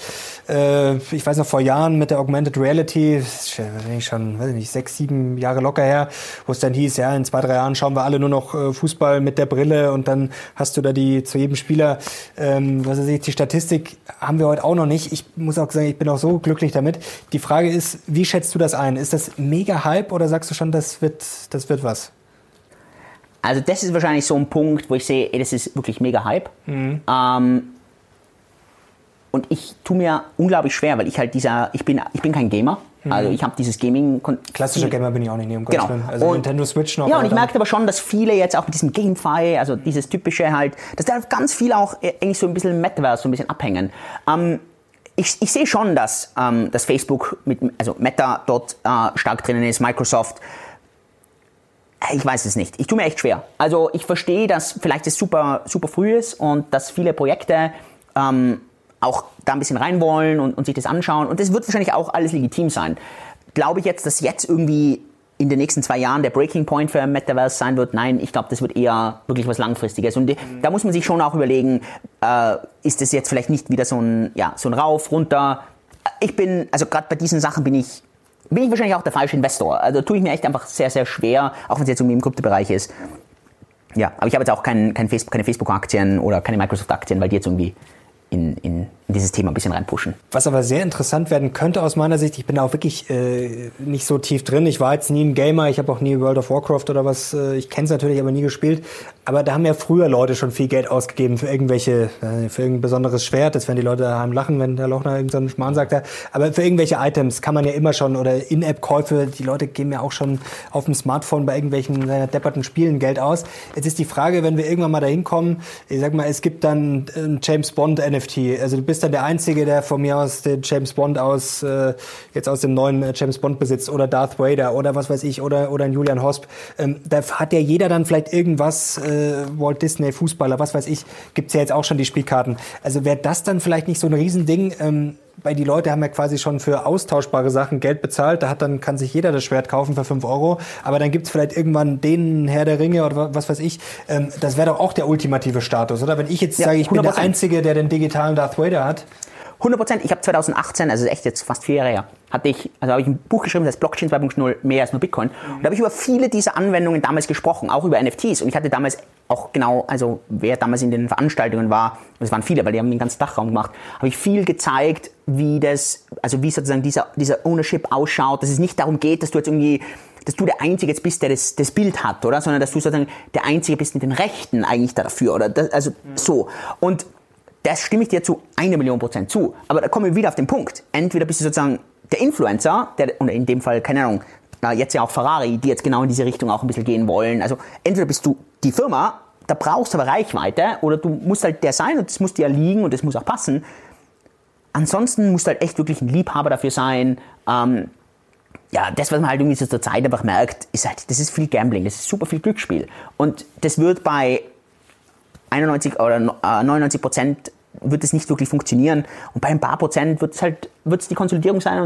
S1: Ich weiß noch, vor Jahren mit der Augmented Reality, das ist wahrscheinlich schon, weiß ich nicht, 6, 7 Jahre locker her, wo es dann hieß, ja, in 2, 3 Jahren schauen wir alle nur noch Fußball mit der Brille und dann hast du da zu jedem Spieler, die Statistik haben wir heute auch noch nicht. Ich muss auch sagen, ich bin auch so glücklich damit. Die Frage ist, wie schätzt du das ein? Ist das mega Hype oder sagst du schon, das wird was?
S2: Also das ist wahrscheinlich so ein Punkt, wo ich sehe, das ist wirklich mega Hype. Und ich tue mir unglaublich schwer, weil ich bin kein Gamer. Also ich habe dieses Gaming...
S1: Klassischer Gamer bin ich auch nicht, um
S2: Gottes
S1: Willen. Also und, Nintendo Switch noch.
S2: Ja, und ich merke aber schon, dass viele jetzt auch mit diesem GameFi, also dieses typische halt, dass da ganz viele auch eigentlich so ein bisschen Metaverse so ein bisschen abhängen. Ich sehe schon, dass Facebook, also Meta dort stark drinnen ist, Microsoft. Ich weiß es nicht. Ich tue mir echt schwer. Also ich verstehe, dass vielleicht es super, super früh ist und dass viele Projekte auch da ein bisschen rein wollen und sich das anschauen. Und das wird wahrscheinlich auch alles legitim sein. Glaube ich jetzt, dass jetzt irgendwie in den nächsten 2 Jahren der Breaking Point für Metaverse sein wird? Nein, ich glaube, das wird eher wirklich was Langfristiges. Und da muss man sich schon auch überlegen, ist das jetzt vielleicht nicht wieder so ein Rauf, runter. Also gerade bei diesen Sachen bin ich wahrscheinlich auch der falsche Investor. Also tue ich mir echt einfach sehr, sehr schwer, auch wenn es jetzt irgendwie im Kryptobereich ist. Ja, aber ich habe jetzt auch keine Facebook-Aktien oder keine Microsoft-Aktien, weil die jetzt irgendwie in dieses Thema ein bisschen reinpushen.
S1: Was aber sehr interessant werden könnte aus meiner Sicht, ich bin da auch wirklich nicht so tief drin, ich war jetzt nie ein Gamer, ich habe auch nie World of Warcraft oder was, ich kenne es natürlich, aber nie gespielt, aber da haben ja früher Leute schon viel Geld ausgegeben für irgendein besonderes Schwert, das werden die Leute daheim lachen, wenn der Lochner irgendeinen Schmarrn sagt, aber für irgendwelche Items kann man ja immer schon, oder In-App-Käufe, die Leute geben ja auch schon auf dem Smartphone bei irgendwelchen depperten Spielen Geld aus. Jetzt ist die Frage, wenn wir irgendwann mal dahin kommen, ich sag mal, es gibt dann ein James Bond NFT, also du bist dann der Einzige, der von mir aus den James Bond jetzt aus dem neuen James Bond besitzt, oder Darth Vader oder was weiß ich, oder ein Julian Hosp. Da hat ja jeder dann vielleicht irgendwas, Walt Disney, Fußballer, was weiß ich, gibt's ja jetzt auch schon die Spielkarten. Also wäre das dann vielleicht nicht so ein Riesending, weil die Leute haben ja quasi schon für austauschbare Sachen Geld bezahlt, kann sich jeder das Schwert kaufen für 5 €, aber dann gibt's vielleicht irgendwann den Herr der Ringe oder was weiß ich, das wäre doch auch der ultimative Status, oder? Wenn ich jetzt sage, ich 100%. Bin der Einzige, der den digitalen Darth Vader hat.
S2: 100%. Ich habe 2018, also echt jetzt fast 4 Jahre her, habe ich ein Buch geschrieben, das heißt Blockchain 2.0, mehr als nur Bitcoin. Und da habe ich über viele dieser Anwendungen damals gesprochen, auch über NFTs. Und ich hatte damals auch genau, also wer damals in den Veranstaltungen war, das waren viele, weil die haben den ganzen Dachraum gemacht, habe ich viel gezeigt, wie sozusagen dieser Ownership ausschaut, dass es nicht darum geht, dass du der Einzige jetzt bist, der das Bild hat, oder? Sondern dass du sozusagen der Einzige bist mit den Rechten eigentlich dafür, oder? So. Und das stimme ich dir zu 1.000.000% zu. Aber da kommen wir wieder auf den Punkt. Entweder bist du sozusagen der Influencer, oder in dem Fall, keine Ahnung, jetzt ja auch Ferrari, die jetzt genau in diese Richtung auch ein bisschen gehen wollen. Also entweder bist du die Firma, da brauchst du aber Reichweite, oder du musst halt der sein und das muss dir liegen und das muss auch passen. Ansonsten musst du halt echt wirklich ein Liebhaber dafür sein. Das, was man halt irgendwie so zur Zeit einfach merkt, ist halt, das ist viel Gambling, das ist super viel Glücksspiel. Und das wird bei 91 oder 99% wird es nicht wirklich funktionieren, und bei ein paar Prozent wird es die Konsolidierung sein,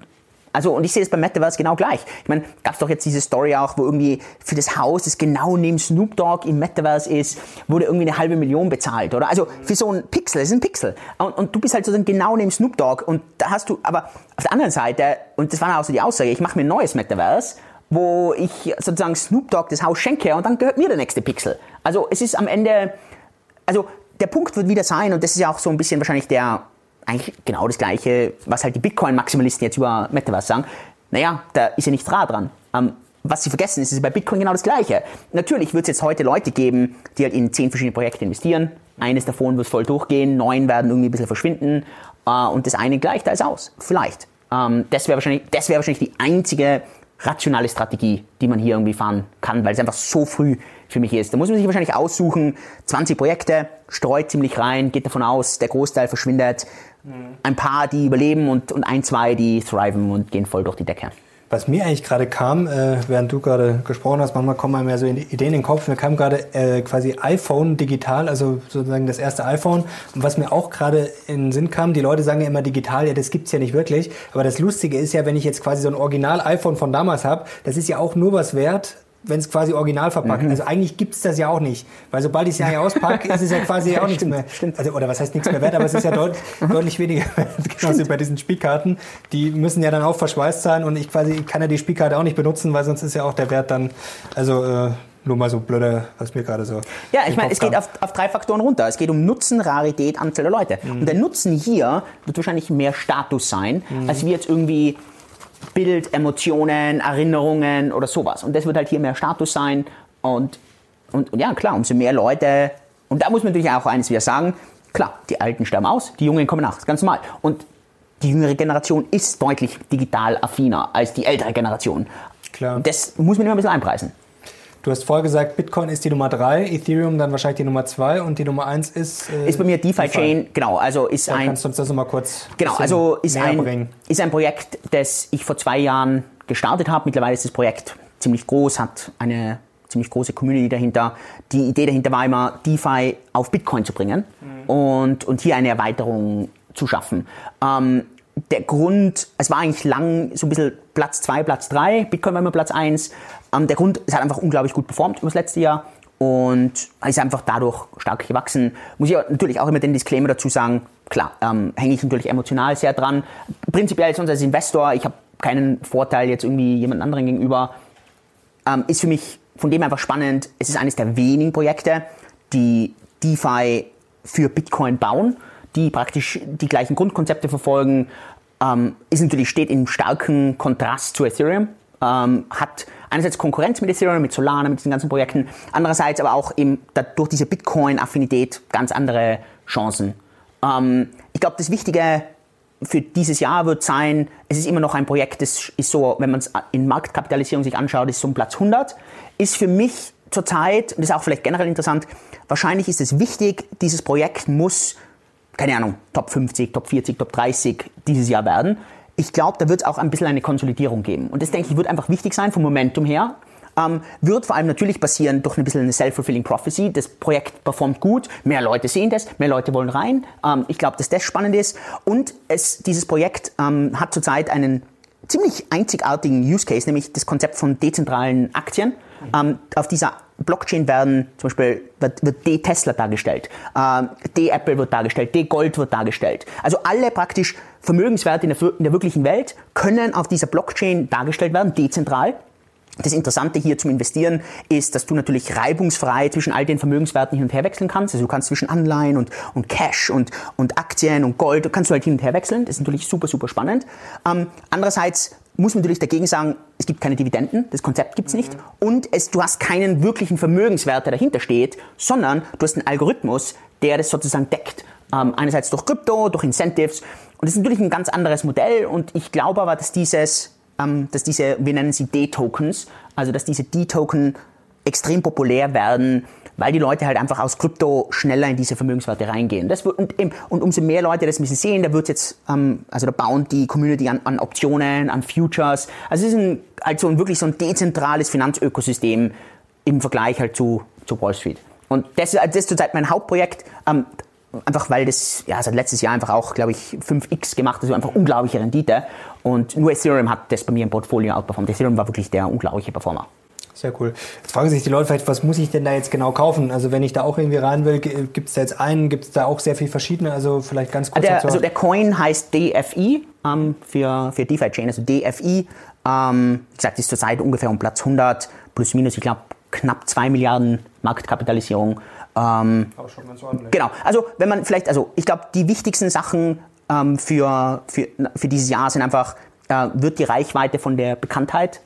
S2: und ich sehe das beim Metaverse genau gleich. Ich meine, gab es doch jetzt diese Story auch, wo irgendwie für das Haus, das genau neben Snoop Dogg im Metaverse ist, wurde irgendwie 500.000 bezahlt, oder? Also für so ein Pixel, das ist ein Pixel. Und du bist halt sozusagen genau neben Snoop Dogg, und da hast du, aber auf der anderen Seite, und das war auch so die Aussage, ich mache mir ein neues Metaverse, wo ich sozusagen Snoop Dogg das Haus schenke, und dann gehört mir der nächste Pixel. Also es ist am Ende, also der Punkt wird wieder sein, und das ist ja auch so ein bisschen wahrscheinlich eigentlich genau das Gleiche, was halt die Bitcoin-Maximalisten jetzt über Metaverse sagen. Naja, da ist ja nichts dran. Was sie vergessen, ist bei Bitcoin genau das Gleiche. Natürlich wird es jetzt heute Leute geben, die halt in 10 verschiedene Projekte investieren. Eines davon wird voll durchgehen, 9 werden irgendwie ein bisschen verschwinden, und das eine gleicht alles aus. Vielleicht. Das wäre wahrscheinlich die einzige rationale Strategie, die man hier irgendwie fahren kann, weil es einfach so früh für mich ist. Da muss man sich wahrscheinlich aussuchen, 20 Projekte, streut ziemlich rein, geht davon aus, der Großteil verschwindet. Ein paar, die überleben, und 1, 2, die thriven und gehen voll durch die Decke.
S1: Was mir eigentlich gerade kam, während du gerade gesprochen hast, manchmal kommen einem ja so Ideen in den Kopf, mir kam gerade quasi iPhone digital, also sozusagen das erste iPhone. Und was mir auch gerade in den Sinn kam, die Leute sagen ja immer digital, ja, das gibt's ja nicht wirklich. Aber das Lustige ist ja, wenn ich jetzt quasi so ein Original-iPhone von damals habe, das ist ja auch nur was wert, wenn es quasi original verpackt. Also eigentlich gibt's das ja auch nicht. Weil sobald ich es ja auspacke, ist es ja quasi auch nichts mehr. Also, oder was heißt nichts mehr wert, aber es ist ja deutlich weniger wert. Genauso wie bei diesen Spielkarten. Die müssen ja dann auch verschweißt sein, und ich kann ja die Spielkarte auch nicht benutzen, weil sonst ist ja auch der Wert dann, nur mal so blöder, was mir gerade so.
S2: Ja, ich meine, es geht auf 3 Faktoren runter. Es geht um Nutzen, Rarität, Anzahl der Leute. Und der Nutzen hier wird wahrscheinlich mehr Status sein, als wie jetzt irgendwie Bild, Emotionen, Erinnerungen oder sowas. Und das wird halt hier mehr Status sein. Und ja, klar, umso mehr Leute, und da muss man natürlich auch eines wieder sagen, klar, die Alten sterben aus, die Jungen kommen nach, das ist ganz normal. Und die jüngere Generation ist deutlich digital affiner als die ältere Generation.
S1: Klar.
S2: Das muss man immer ein bisschen einpreisen.
S1: Du hast vorher gesagt, Bitcoin ist die Nummer 3, Ethereum dann wahrscheinlich die Nummer 2, und die Nummer 1 ist...
S2: ist bei mir DeFi-Chain, genau. Also ist
S1: ja, kannst du uns das nochmal kurz
S2: ist ein Projekt, das ich vor 2 Jahren gestartet habe. Mittlerweile ist das Projekt ziemlich groß, hat eine ziemlich große Community dahinter. Die Idee dahinter war immer, DeFi auf Bitcoin zu bringen und hier eine Erweiterung zu schaffen. Der Grund, es war eigentlich lang so ein bisschen Platz 2, Platz 3, Bitcoin war immer Platz 1. Der Grund, es hat einfach unglaublich gut performt über das letzte Jahr und ist einfach dadurch stark gewachsen. Muss ich natürlich auch immer den Disclaimer dazu sagen, klar, hänge ich natürlich emotional sehr dran. Prinzipiell sonst als Investor, ich habe keinen Vorteil jetzt irgendwie jemand anderen gegenüber. Ist für mich von dem einfach spannend. Es ist eines der wenigen Projekte, die DeFi für Bitcoin bauen. die praktisch die gleichen Grundkonzepte verfolgen, steht in starkem Kontrast zu Ethereum, hat einerseits Konkurrenz mit Ethereum, mit Solana, mit diesen ganzen Projekten, andererseits aber auch eben durch diese Bitcoin-Affinität ganz andere Chancen. Ich glaube, das Wichtige für dieses Jahr wird sein, es ist immer noch ein Projekt, das ist so, wenn man es in Marktkapitalisierung sich anschaut, ist so um Platz 100, ist für mich zurzeit, und das ist auch vielleicht generell interessant, wahrscheinlich ist es wichtig, dieses Projekt muss, keine Ahnung, Top 50, Top 40, Top 30 dieses Jahr werden. Ich glaube, da wird es auch ein bisschen eine Konsolidierung geben. Und das, denke ich, wird einfach wichtig sein vom Momentum her. Wird vor allem natürlich passieren durch ein bisschen eine self-fulfilling prophecy. Das Projekt performt gut, mehr Leute sehen das, mehr Leute wollen rein. Ich glaube, dass das spannend ist. Und dieses Projekt hat zurzeit einen ziemlich einzigartigen Use Case, nämlich das Konzept von dezentralen Aktien. Auf dieser Blockchain werden zum Beispiel wird D-Tesla dargestellt, D-Apple wird dargestellt, D-Gold wird dargestellt. Also alle praktisch Vermögenswerte in der wirklichen Welt können auf dieser Blockchain dargestellt werden, dezentral. Das Interessante hier zum Investieren ist, dass du natürlich reibungsfrei zwischen all den Vermögenswerten hin und her wechseln kannst. Also du kannst zwischen Anleihen und Cash und Aktien und Gold, kannst du halt hin und her wechseln. Das ist natürlich super, super spannend. Andererseits muss man natürlich dagegen sagen, es gibt keine Dividenden, das Konzept gibt's nicht. Und du hast keinen wirklichen Vermögenswert, der dahinter steht, sondern du hast einen Algorithmus, der das sozusagen deckt. Einerseits durch Krypto, durch Incentives. Und das ist natürlich ein ganz anderes Modell. Und ich glaube aber, dass diese, wir nennen sie D-Tokens, also dass diese D-Token extrem populär werden, weil die Leute halt einfach aus Krypto schneller in diese Vermögenswerte reingehen. Und umso mehr Leute das ein bisschen sehen, da wird jetzt, da bauen die Community an Optionen, an Futures. Also es ist wirklich so ein dezentrales Finanzökosystem im Vergleich halt zu Wall Street. Und das ist zurzeit mein Hauptprojekt, einfach weil das seit letztes Jahr einfach auch, glaube ich, 5x gemacht, also einfach unglaubliche Rendite. Und nur Ethereum hat das bei mir im Portfolio outperformt. Ethereum war wirklich der unglaubliche Performer.
S1: Sehr cool. Jetzt fragen sich die Leute vielleicht, was muss ich denn da jetzt genau kaufen? Also wenn ich da auch irgendwie rein will, gibt es da jetzt einen, gibt es da auch sehr viel verschiedene? Also vielleicht ganz kurz dazu.
S2: Also der Coin heißt DFI für DeFi Chain, also DFI. Wie gesagt, ist zurzeit ungefähr um Platz 100 plus minus, ich glaube, knapp 2 Milliarden Marktkapitalisierung.
S1: Aber schon ganz ordentlich.
S2: Genau. Also wenn man vielleicht, ich glaube, die wichtigsten Sachen für dieses Jahr sind einfach, wird die Reichweite von der Bekanntheit.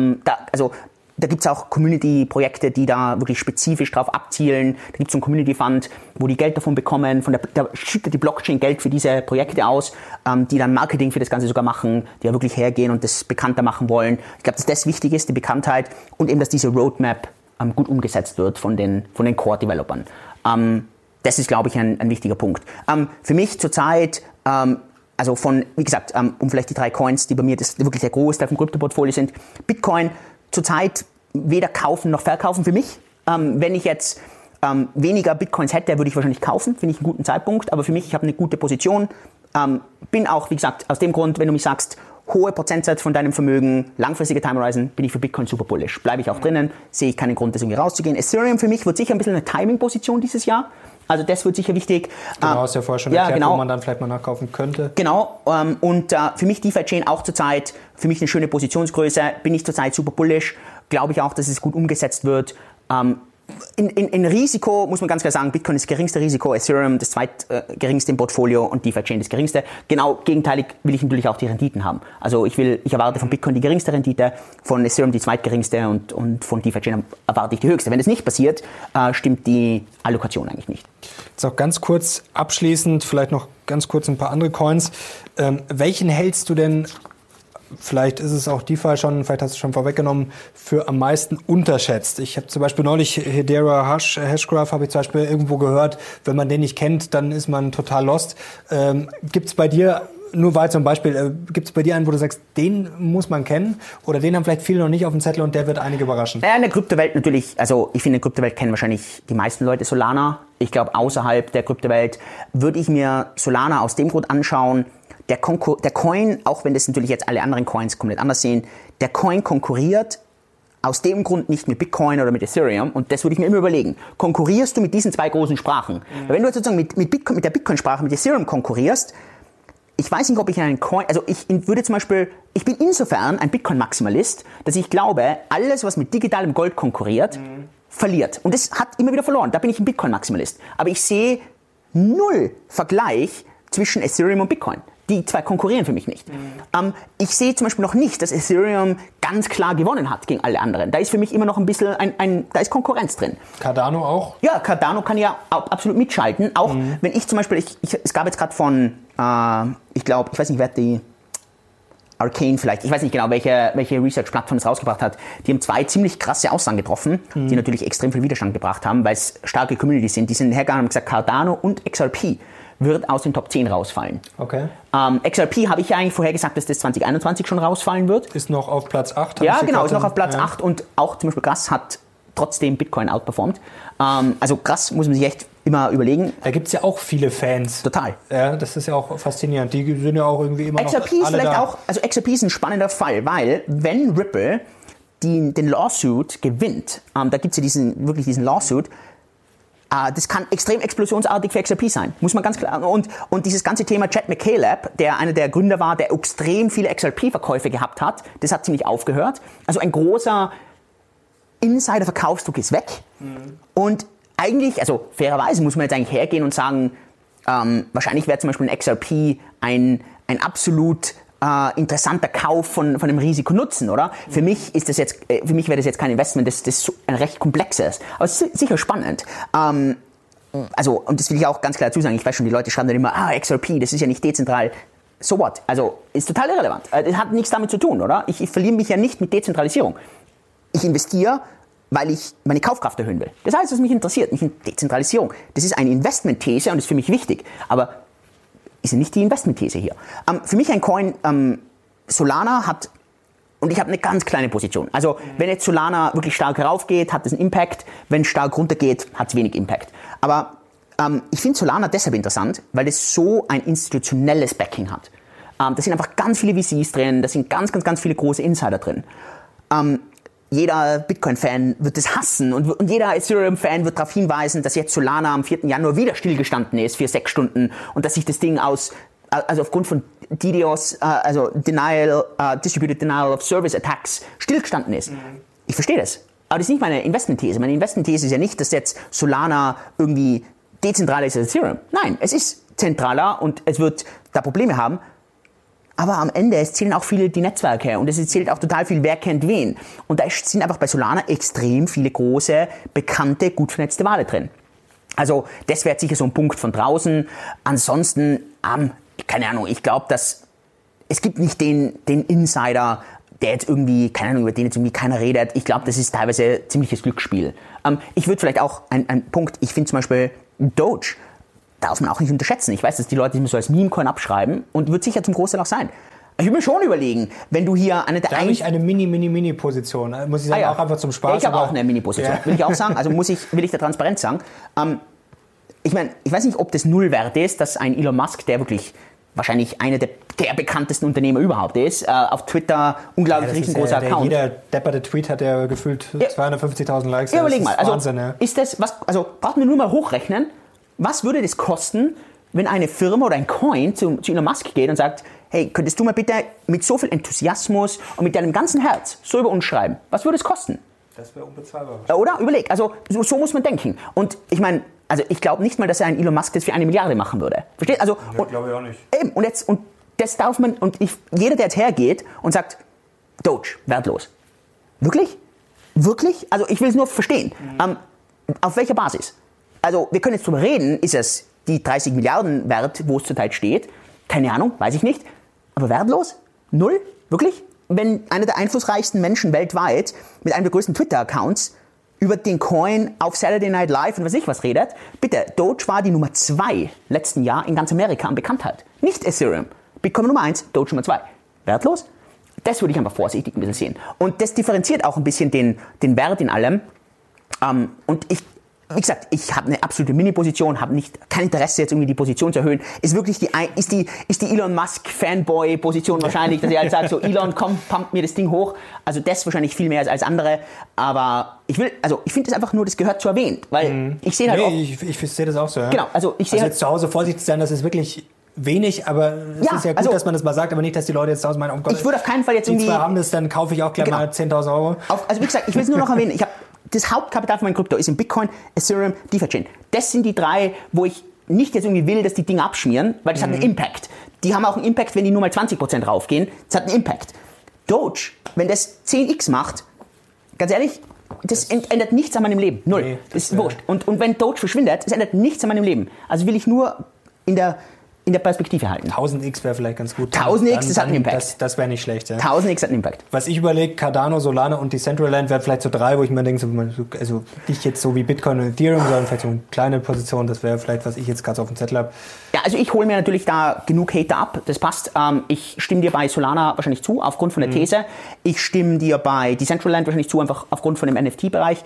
S2: Da gibt es auch Community-Projekte, die da wirklich spezifisch drauf abzielen. Da gibt es so einen Community-Fund, wo die Geld davon bekommen. Da schüttet die Blockchain Geld für diese Projekte aus, die dann Marketing für das Ganze sogar machen, die ja wirklich hergehen und das bekannter machen wollen. Ich glaube, dass das wichtig ist, die Bekanntheit und eben, dass diese Roadmap gut umgesetzt wird von den Core-Developern. Das ist, glaube ich, ein wichtiger Punkt. Für mich zurzeit, wie gesagt, um vielleicht die 3 Coins, die bei mir das wirklich der Großteil vom Krypto-Portfolio sind, Bitcoin zurzeit weder kaufen noch verkaufen für mich. Wenn ich jetzt weniger Bitcoins hätte, würde ich wahrscheinlich kaufen, finde ich einen guten Zeitpunkt, aber für mich, ich habe eine gute Position, bin auch, wie gesagt, aus dem Grund, wenn du mich sagst, hohe Prozentsatz von deinem Vermögen, langfristige Time Horizon, bin ich für Bitcoin super bullish. Bleibe ich auch drinnen, sehe ich keinen Grund, das irgendwie rauszugehen. Ethereum für mich wird sicher ein bisschen eine Timing-Position dieses Jahr. Also das wird sicher wichtig.
S1: Genau, hast du ja vorher schon erklärt, wo man dann vielleicht mal nachkaufen könnte. Genau,
S2: und für mich DeFi Chain auch zurzeit, für mich eine schöne Positionsgröße, bin ich zurzeit super bullish, glaube ich auch, dass es gut umgesetzt wird. In Risiko muss man ganz klar sagen, Bitcoin ist das geringste Risiko, Ethereum das zweitgeringste im Portfolio und DeFi Chain das geringste. Genau gegenteilig will ich natürlich auch die Renditen haben. Also ich erwarte von Bitcoin die geringste Rendite, von Ethereum die zweitgeringste und von DeFi Chain erwarte ich die höchste. Wenn das nicht passiert, stimmt die Allokation eigentlich nicht.
S1: Jetzt auch ganz kurz abschließend, vielleicht noch ganz kurz ein paar andere Coins. Welchen hältst du denn, vielleicht ist es auch DeFi schon, vielleicht hast du schon vorweggenommen, für am meisten unterschätzt? Ich habe zum Beispiel neulich Hedera Hashgraph, habe ich zum Beispiel irgendwo gehört, wenn man den nicht kennt, dann ist man total lost. Gibt es bei dir, nur weil zum Beispiel, gibt es bei dir einen, wo du sagst, den muss man kennen oder den haben vielleicht viele noch nicht auf dem Zettel und der wird einige überraschen?
S2: Ja, in der Kryptowelt natürlich, also ich finde, in der Kryptowelt kennen wahrscheinlich die meisten Leute Solana. Ich glaube, außerhalb der Kryptowelt würde ich mir Solana aus dem Grund anschauen, der Coin, auch wenn das natürlich jetzt alle anderen Coins komplett anders sehen, der Coin konkurriert aus dem Grund nicht mit Bitcoin oder mit Ethereum und das würde ich mir immer überlegen. Konkurrierst du mit diesen 2 großen Sprachen? Weil wenn du sozusagen mit der Bitcoin-Sprache, mit Ethereum konkurrierst, ich weiß nicht, ob ich einen Coin, also ich bin insofern ein Bitcoin-Maximalist, dass ich glaube, alles, was mit digitalem Gold konkurriert, verliert. Und das hat immer wieder verloren. Da bin ich ein Bitcoin-Maximalist. Aber ich sehe null Vergleich zwischen Ethereum und Bitcoin. Die zwei konkurrieren für mich nicht. Ich sehe zum Beispiel noch nicht, dass Ethereum ganz klar gewonnen hat gegen alle anderen. Da ist für mich immer noch ein bisschen da ist Konkurrenz drin.
S3: Cardano auch?
S2: Ja, Cardano kann ja absolut mitschalten. Auch wenn ich zum Beispiel, es gab jetzt gerade von, ich weiß nicht, wer die Arcane vielleicht, ich weiß nicht genau, welche Research-Plattform es rausgebracht hat. Die haben 2 ziemlich krasse Aussagen getroffen, die natürlich extrem viel Widerstand gebracht haben, weil es starke Communities sind. Die sind hergegangen und haben gesagt, Cardano und XRP wird aus den Top 10 rausfallen.
S3: Okay.
S2: XRP habe ich ja eigentlich vorher gesagt, dass das 2021 schon rausfallen wird.
S3: Ist noch auf Platz 8.
S2: Ja, genau, ist noch auf Platz 8 und auch zum Beispiel Grass hat trotzdem Bitcoin outperformt. Also Grass muss man sich echt immer überlegen.
S3: Da gibt es ja auch viele Fans.
S2: Total.
S3: Ja, das ist ja auch faszinierend. Die sind ja auch irgendwie immer
S2: XRP
S3: noch
S2: ist
S3: alle
S2: vielleicht
S3: da.
S2: auch, also XRP ist ein spannender Fall, weil wenn Ripple den Lawsuit gewinnt, da gibt es ja diesen Lawsuit, das kann extrem explosionsartig für XRP sein, muss man ganz klar. Und dieses ganze Thema Chad McCaleb, der einer der Gründer war, der extrem viele XRP-Verkäufe gehabt hat, das hat ziemlich aufgehört. Also ein großer Insider-Verkaufsdruck ist weg. Und eigentlich, also fairerweise muss man jetzt eigentlich hergehen und sagen, wahrscheinlich wäre zum Beispiel ein XRP ein absolut interessanter Kauf von einem Risiko-Nutzen, oder? Für mich wäre das jetzt kein Investment, das ist ein recht komplexes, aber es ist sicher spannend. Also, und das will ich auch ganz klar dazu sagen, ich weiß schon, die Leute schreiben dann immer, XRP, das ist ja nicht dezentral. So what? Also, ist total irrelevant. Das hat nichts damit zu tun, oder? Ich verliere mich ja nicht mit Dezentralisierung. Ich investiere, weil ich meine Kaufkraft erhöhen will. Das heißt, was mich interessiert, nicht Dezentralisierung. Das ist eine Investmentthese und ist für mich wichtig. Aber ist ja nicht die Investmentthese hier. Für mich ein Coin, Solana hat, und ich habe eine ganz kleine Position. Also wenn jetzt Solana wirklich stark raufgeht, hat das einen Impact. Wenn es stark runtergeht, hat es wenig Impact. Aber ich finde Solana deshalb interessant, weil es so ein institutionelles Backing hat. Da sind einfach ganz viele VCs drin, da sind ganz, ganz, ganz viele große Insider drin. Jeder Bitcoin-Fan wird das hassen und jeder Ethereum-Fan wird darauf hinweisen, dass jetzt Solana am 4. Januar wieder stillgestanden ist für 6 Stunden und dass sich das Ding aufgrund von DDoS, also Distributed Denial of Service Attacks, stillgestanden ist. Ich verstehe das. Aber das ist nicht meine Investmentthese. Meine Investmentthese ist ja nicht, dass jetzt Solana irgendwie dezentraler ist als Ethereum. Nein, es ist zentraler und es wird da Probleme haben. Aber am Ende, es zählen auch viele die Netzwerke und es zählt auch total viel, wer kennt wen. Und da sind einfach bei Solana extrem viele große, bekannte, gut vernetzte Wale drin. Also das wäre sicher so ein Punkt von draußen. Ansonsten, keine Ahnung, ich glaube, dass es gibt nicht den Insider, der jetzt irgendwie, keine Ahnung, über den jetzt irgendwie keiner redet. Ich glaube, das ist teilweise ziemliches Glücksspiel. Ich würde vielleicht auch, ein Punkt, ich finde zum Beispiel Doge, darf man auch nicht unterschätzen. Ich weiß, dass die Leute immer so als Meme-Coin abschreiben und wird sicher zum Großteil auch sein. Ich würde mir schon überlegen, wenn du hier eine der
S3: Da habe ich eine Mini-Position, muss ich sagen, auch einfach zum Spaß.
S2: Ich habe auch eine Mini-Position, will ich auch sagen. Also will ich da transparent sagen. Ich meine, ich weiß nicht, ob das null wert ist, dass ein Elon Musk, der wirklich wahrscheinlich einer der bekanntesten Unternehmer überhaupt ist, auf Twitter unglaublich riesengroßer Account.
S3: Jeder depperte Tweet hat ja gefühlt 250.000 Likes.
S2: Ja, überleg mal,
S3: Wahnsinn,
S2: ist das, braucht man nur mal hochrechnen, was würde das kosten, wenn eine Firma oder ein Coin zu Elon Musk geht und sagt, hey, könntest du mal bitte mit so viel Enthusiasmus und mit deinem ganzen Herz so über uns schreiben? Was würde es kosten?
S3: Das wäre unbezahlbar.
S2: Oder? Überleg, also so muss man denken. Und ich meine, also ich glaube nicht mal, dass ein Elon Musk das für 1 Milliarde machen würde. Verstehst? Also,
S3: glaube ich auch nicht.
S2: Eben, und das darf man, jeder, der jetzt hergeht und sagt, Doge, wertlos. Wirklich? Wirklich? Also ich will es nur verstehen. Auf welcher Basis? Also wir können jetzt drüber reden, ist es die 30 Milliarden wert, wo es zurzeit steht? Keine Ahnung, weiß ich nicht. Aber wertlos? Null? Wirklich? Wenn einer der einflussreichsten Menschen weltweit mit einem der größten Twitter-Accounts über den Coin auf Saturday Night Live und was ich was redet, bitte, Doge war die Nummer 2 letzten Jahr in ganz Amerika an Bekanntheit. Nicht Ethereum. Bitcoin Nummer 1, Doge Nummer 2. Wertlos? Das würde ich einfach vorsichtig ein bisschen sehen. Und das differenziert auch ein bisschen den Wert in allem. Und wie gesagt, ich habe eine absolute Mini-Position, habe kein Interesse jetzt irgendwie die Position zu erhöhen. Ist wirklich die Elon Musk Fanboy-Position wahrscheinlich, dass ich halt sage, so Elon, komm, pump mir das Ding hoch. Also das wahrscheinlich viel mehr als andere. Aber ich finde das einfach nur, das gehört zu erwähnen, weil ich sehe halt auch.
S3: Ich sehe das auch so. Ja?
S2: Genau, also ich sehe
S3: jetzt zu Hause vorsichtig sein, das ist wirklich wenig, aber es ist ja gut, dass man das mal sagt, aber nicht, dass die Leute jetzt zu Hause meinen, oh Gott,
S2: ich würde auf keinen Fall jetzt irgendwie.
S3: Die zwei haben das, dann kaufe ich auch gleich mal 10.000 Euro.
S2: Also wie gesagt, ich will es nur noch erwähnen. Das Hauptkapital von meinem Krypto ist in Bitcoin, Ethereum, DeFi-Chain. Das sind die 3, wo ich nicht jetzt irgendwie will, dass die Dinge abschmieren, weil das hat einen Impact. Die haben auch einen Impact, wenn die nur mal 20% raufgehen. Das hat einen Impact. Doge, wenn das 10x macht, ganz ehrlich, das ändert nichts an meinem Leben. Null. Nee, das ist wurscht. Und wenn Doge verschwindet, das ändert nichts an meinem Leben. Also will ich nur in der Perspektive halten.
S3: 1000x wäre vielleicht ganz gut.
S2: 1000x, das hat einen Impact.
S3: Das wäre nicht schlecht. Ja.
S2: 1000x hat einen Impact.
S3: Was ich überlege, Cardano, Solana und Decentraland wären vielleicht so 3, wo ich mir denke, also nicht jetzt so wie Bitcoin und Ethereum, sondern vielleicht so eine kleine Position, das wäre vielleicht, was ich jetzt gerade auf dem Zettel habe.
S2: Ja, also ich hole mir natürlich da genug Hater ab, das passt. Ich stimme dir bei Solana wahrscheinlich zu, aufgrund von der These. Ich stimme dir bei Decentraland wahrscheinlich zu, einfach aufgrund von dem NFT-Bereich.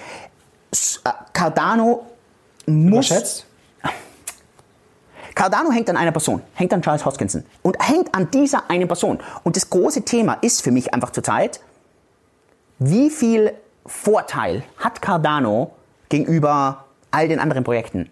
S2: Cardano muss...
S3: Überschätzt?
S2: Cardano hängt an einer Person, hängt an Charles Hoskinson und hängt an dieser einen Person. Und das große Thema ist für mich einfach zurzeit, wie viel Vorteil hat Cardano gegenüber all den anderen Projekten?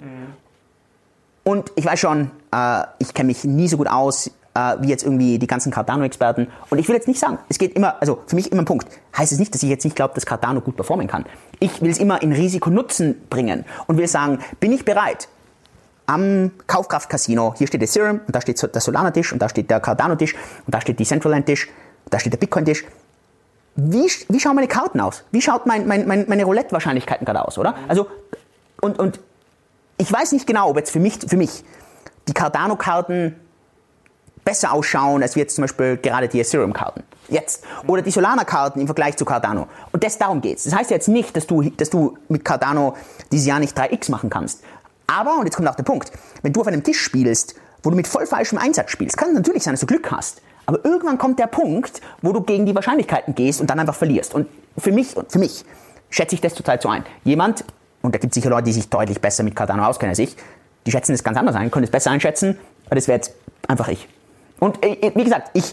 S2: Und ich weiß schon, ich kenne mich nie so gut aus wie jetzt irgendwie die ganzen Cardano-Experten. Und ich will jetzt nicht sagen, es geht immer, also für mich immer ein Punkt. Heißt es nicht, dass ich jetzt nicht glaube, dass Cardano gut performen kann. Ich will es immer in Risiko-Nutzen bringen und will sagen, bin ich bereit, am Kaufkraft-Casino, hier steht Ethereum und da steht der Solana-Tisch und da steht der Cardano-Tisch und da steht die Decentraland-Tisch und da steht der Bitcoin-Tisch. Wie schauen meine Karten aus? Wie schaut meine Roulette-Wahrscheinlichkeiten gerade aus, oder? Also, und ich weiß nicht genau, ob jetzt für mich die Cardano-Karten besser ausschauen, als wie jetzt zum Beispiel gerade die Ethereum-Karten. Jetzt. Oder die Solana-Karten im Vergleich zu Cardano. Und darum geht's. Das heißt jetzt nicht, dass du mit Cardano dieses Jahr nicht 3x machen kannst. Aber, und jetzt kommt auch der Punkt, wenn du auf einem Tisch spielst, wo du mit voll falschem Einsatz spielst, kann es natürlich sein, dass du Glück hast. Aber irgendwann kommt der Punkt, wo du gegen die Wahrscheinlichkeiten gehst und dann einfach verlierst. Und für mich schätze ich das total so ein. Jemand, und da gibt es sicher Leute, die sich deutlich besser mit Cardano auskennen als ich, die schätzen das ganz anders ein, können es besser einschätzen, aber das wäre jetzt einfach ich. Und wie gesagt, ich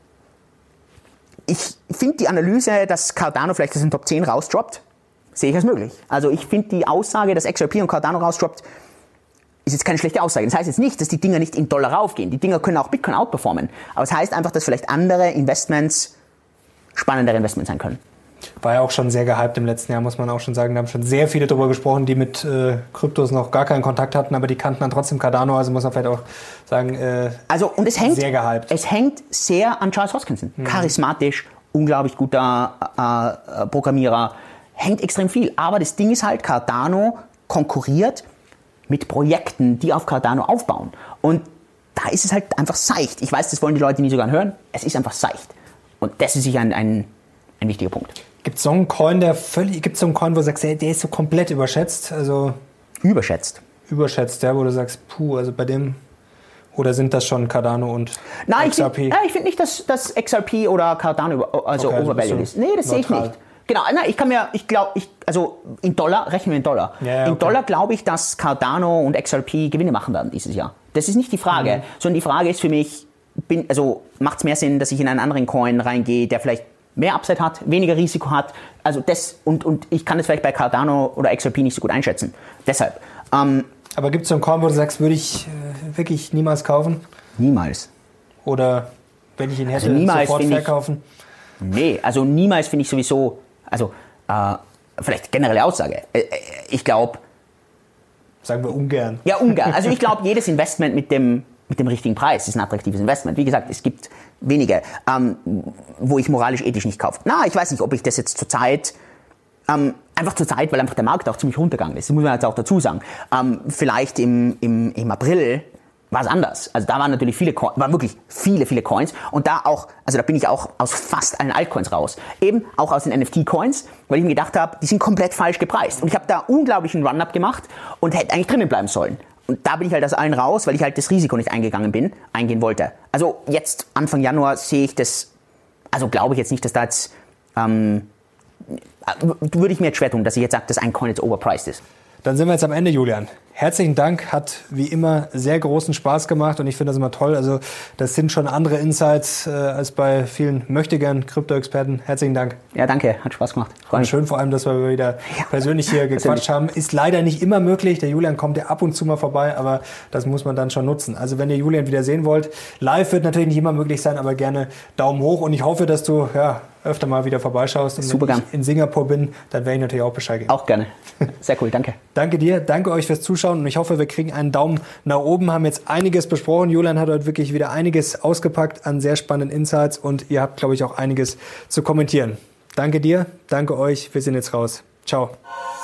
S2: finde die Analyse, dass Cardano vielleicht aus den Top 10 rausdroppt, sehe ich als möglich. Also ich finde die Aussage, dass XRP und Cardano rausdroppt, ist jetzt keine schlechte Aussage. Das heißt jetzt nicht, dass die Dinger nicht in Dollar raufgehen. Die Dinger können auch Bitcoin outperformen. Aber es heißt einfach, dass vielleicht andere Investments spannendere Investments sein können.
S3: War ja auch schon sehr gehypt im letzten Jahr, muss man auch schon sagen. Da haben schon sehr viele darüber gesprochen, die mit Kryptos noch gar keinen Kontakt hatten, aber die kannten dann trotzdem Cardano. Also muss man vielleicht auch sagen,
S2: und es hängt,
S3: sehr gehypt.
S2: Es hängt sehr an Charles Hoskinson. Charismatisch, unglaublich guter Programmierer. Hängt extrem viel. Aber das Ding ist halt, Cardano konkurriert mit Projekten, die auf Cardano aufbauen. Und da ist es halt einfach seicht. Ich weiß, das wollen die Leute nie so gern hören. Es ist einfach seicht. Und das ist sicher ein wichtiger Punkt.
S3: Gibt es so einen Coin, wo du sagst, der ist so komplett überschätzt? Also
S2: Überschätzt,
S3: ja, wo du sagst, also bei dem... Oder sind das schon Cardano und XRP?
S2: Ich finde nicht, dass XRP oder Cardano overvalued ist. Nee, das sehe ich nicht. Genau, also in Dollar, rechnen wir in Dollar. Ja, okay. In Dollar glaube ich, dass Cardano und XRP Gewinne machen werden dieses Jahr. Das ist nicht die Frage, sondern die Frage ist für mich, macht es mehr Sinn, dass ich in einen anderen Coin reingehe, der vielleicht mehr Upside hat, weniger Risiko hat. Also das, und ich kann das vielleicht bei Cardano oder XRP nicht so gut einschätzen. Deshalb.
S3: Aber gibt es so einen Coin, wo du sagst, würde ich wirklich niemals kaufen?
S2: Niemals.
S3: Oder wenn ich ihn hätte, sofort verkaufen?
S2: Nee, also niemals finde ich sowieso, vielleicht generelle Aussage. Ich glaube...
S3: Sagen wir ungern.
S2: Ja, ungern. Also ich glaube, jedes Investment mit dem richtigen Preis ist ein attraktives Investment. Wie gesagt, es gibt wenige, wo ich moralisch ethisch nicht kaufe. Ich weiß nicht, ob ich das jetzt zurzeit... Einfach zur Zeit, weil einfach der Markt auch ziemlich runtergegangen ist. Das muss man jetzt auch dazu sagen. Vielleicht im April war es anders. Also da waren natürlich waren wirklich viele Coins. Und da auch, also da bin ich auch aus fast allen Altcoins raus. Eben auch aus den NFT-Coins, weil ich mir gedacht habe, die sind komplett falsch gepreist. Und ich habe da unglaublichen Run-Up gemacht und hätte eigentlich drinnen bleiben sollen. Und da bin ich halt aus allen raus, weil ich halt das Risiko nicht eingehen wollte. Also jetzt, Anfang Januar, sehe ich das, also glaube ich jetzt nicht, dass da jetzt... würde ich mir jetzt schwer tun, dass ich jetzt sage, dass ein Coin jetzt overpriced ist.
S3: Dann sind wir jetzt am Ende, Julian. Herzlichen Dank, hat wie immer sehr großen Spaß gemacht und ich finde das immer toll. Also das sind schon andere Insights als bei vielen möchtegern Krypto-Experten. Herzlichen Dank.
S2: Ja, danke, hat Spaß gemacht.
S3: Und schön vor allem, dass wir wieder persönlich hier gequatscht haben. Ist leider nicht immer möglich. Der Julian kommt ja ab und zu mal vorbei, aber das muss man dann schon nutzen. Also wenn ihr Julian wieder sehen wollt, live wird natürlich nicht immer möglich sein, aber gerne Daumen hoch und ich hoffe, dass du öfter mal wieder vorbeischaust. Und
S2: super
S3: wenn ich in Singapur bin, dann werde ich natürlich auch Bescheid geben.
S2: Auch gerne. Sehr cool, danke.
S3: Danke dir, danke euch fürs Zuschauen und ich hoffe, wir kriegen einen Daumen nach oben, haben jetzt einiges besprochen. Julian hat heute wirklich wieder einiges ausgepackt an sehr spannenden Insights und ihr habt, glaube ich, auch einiges zu kommentieren. Danke dir, danke euch, wir sind jetzt raus. Ciao.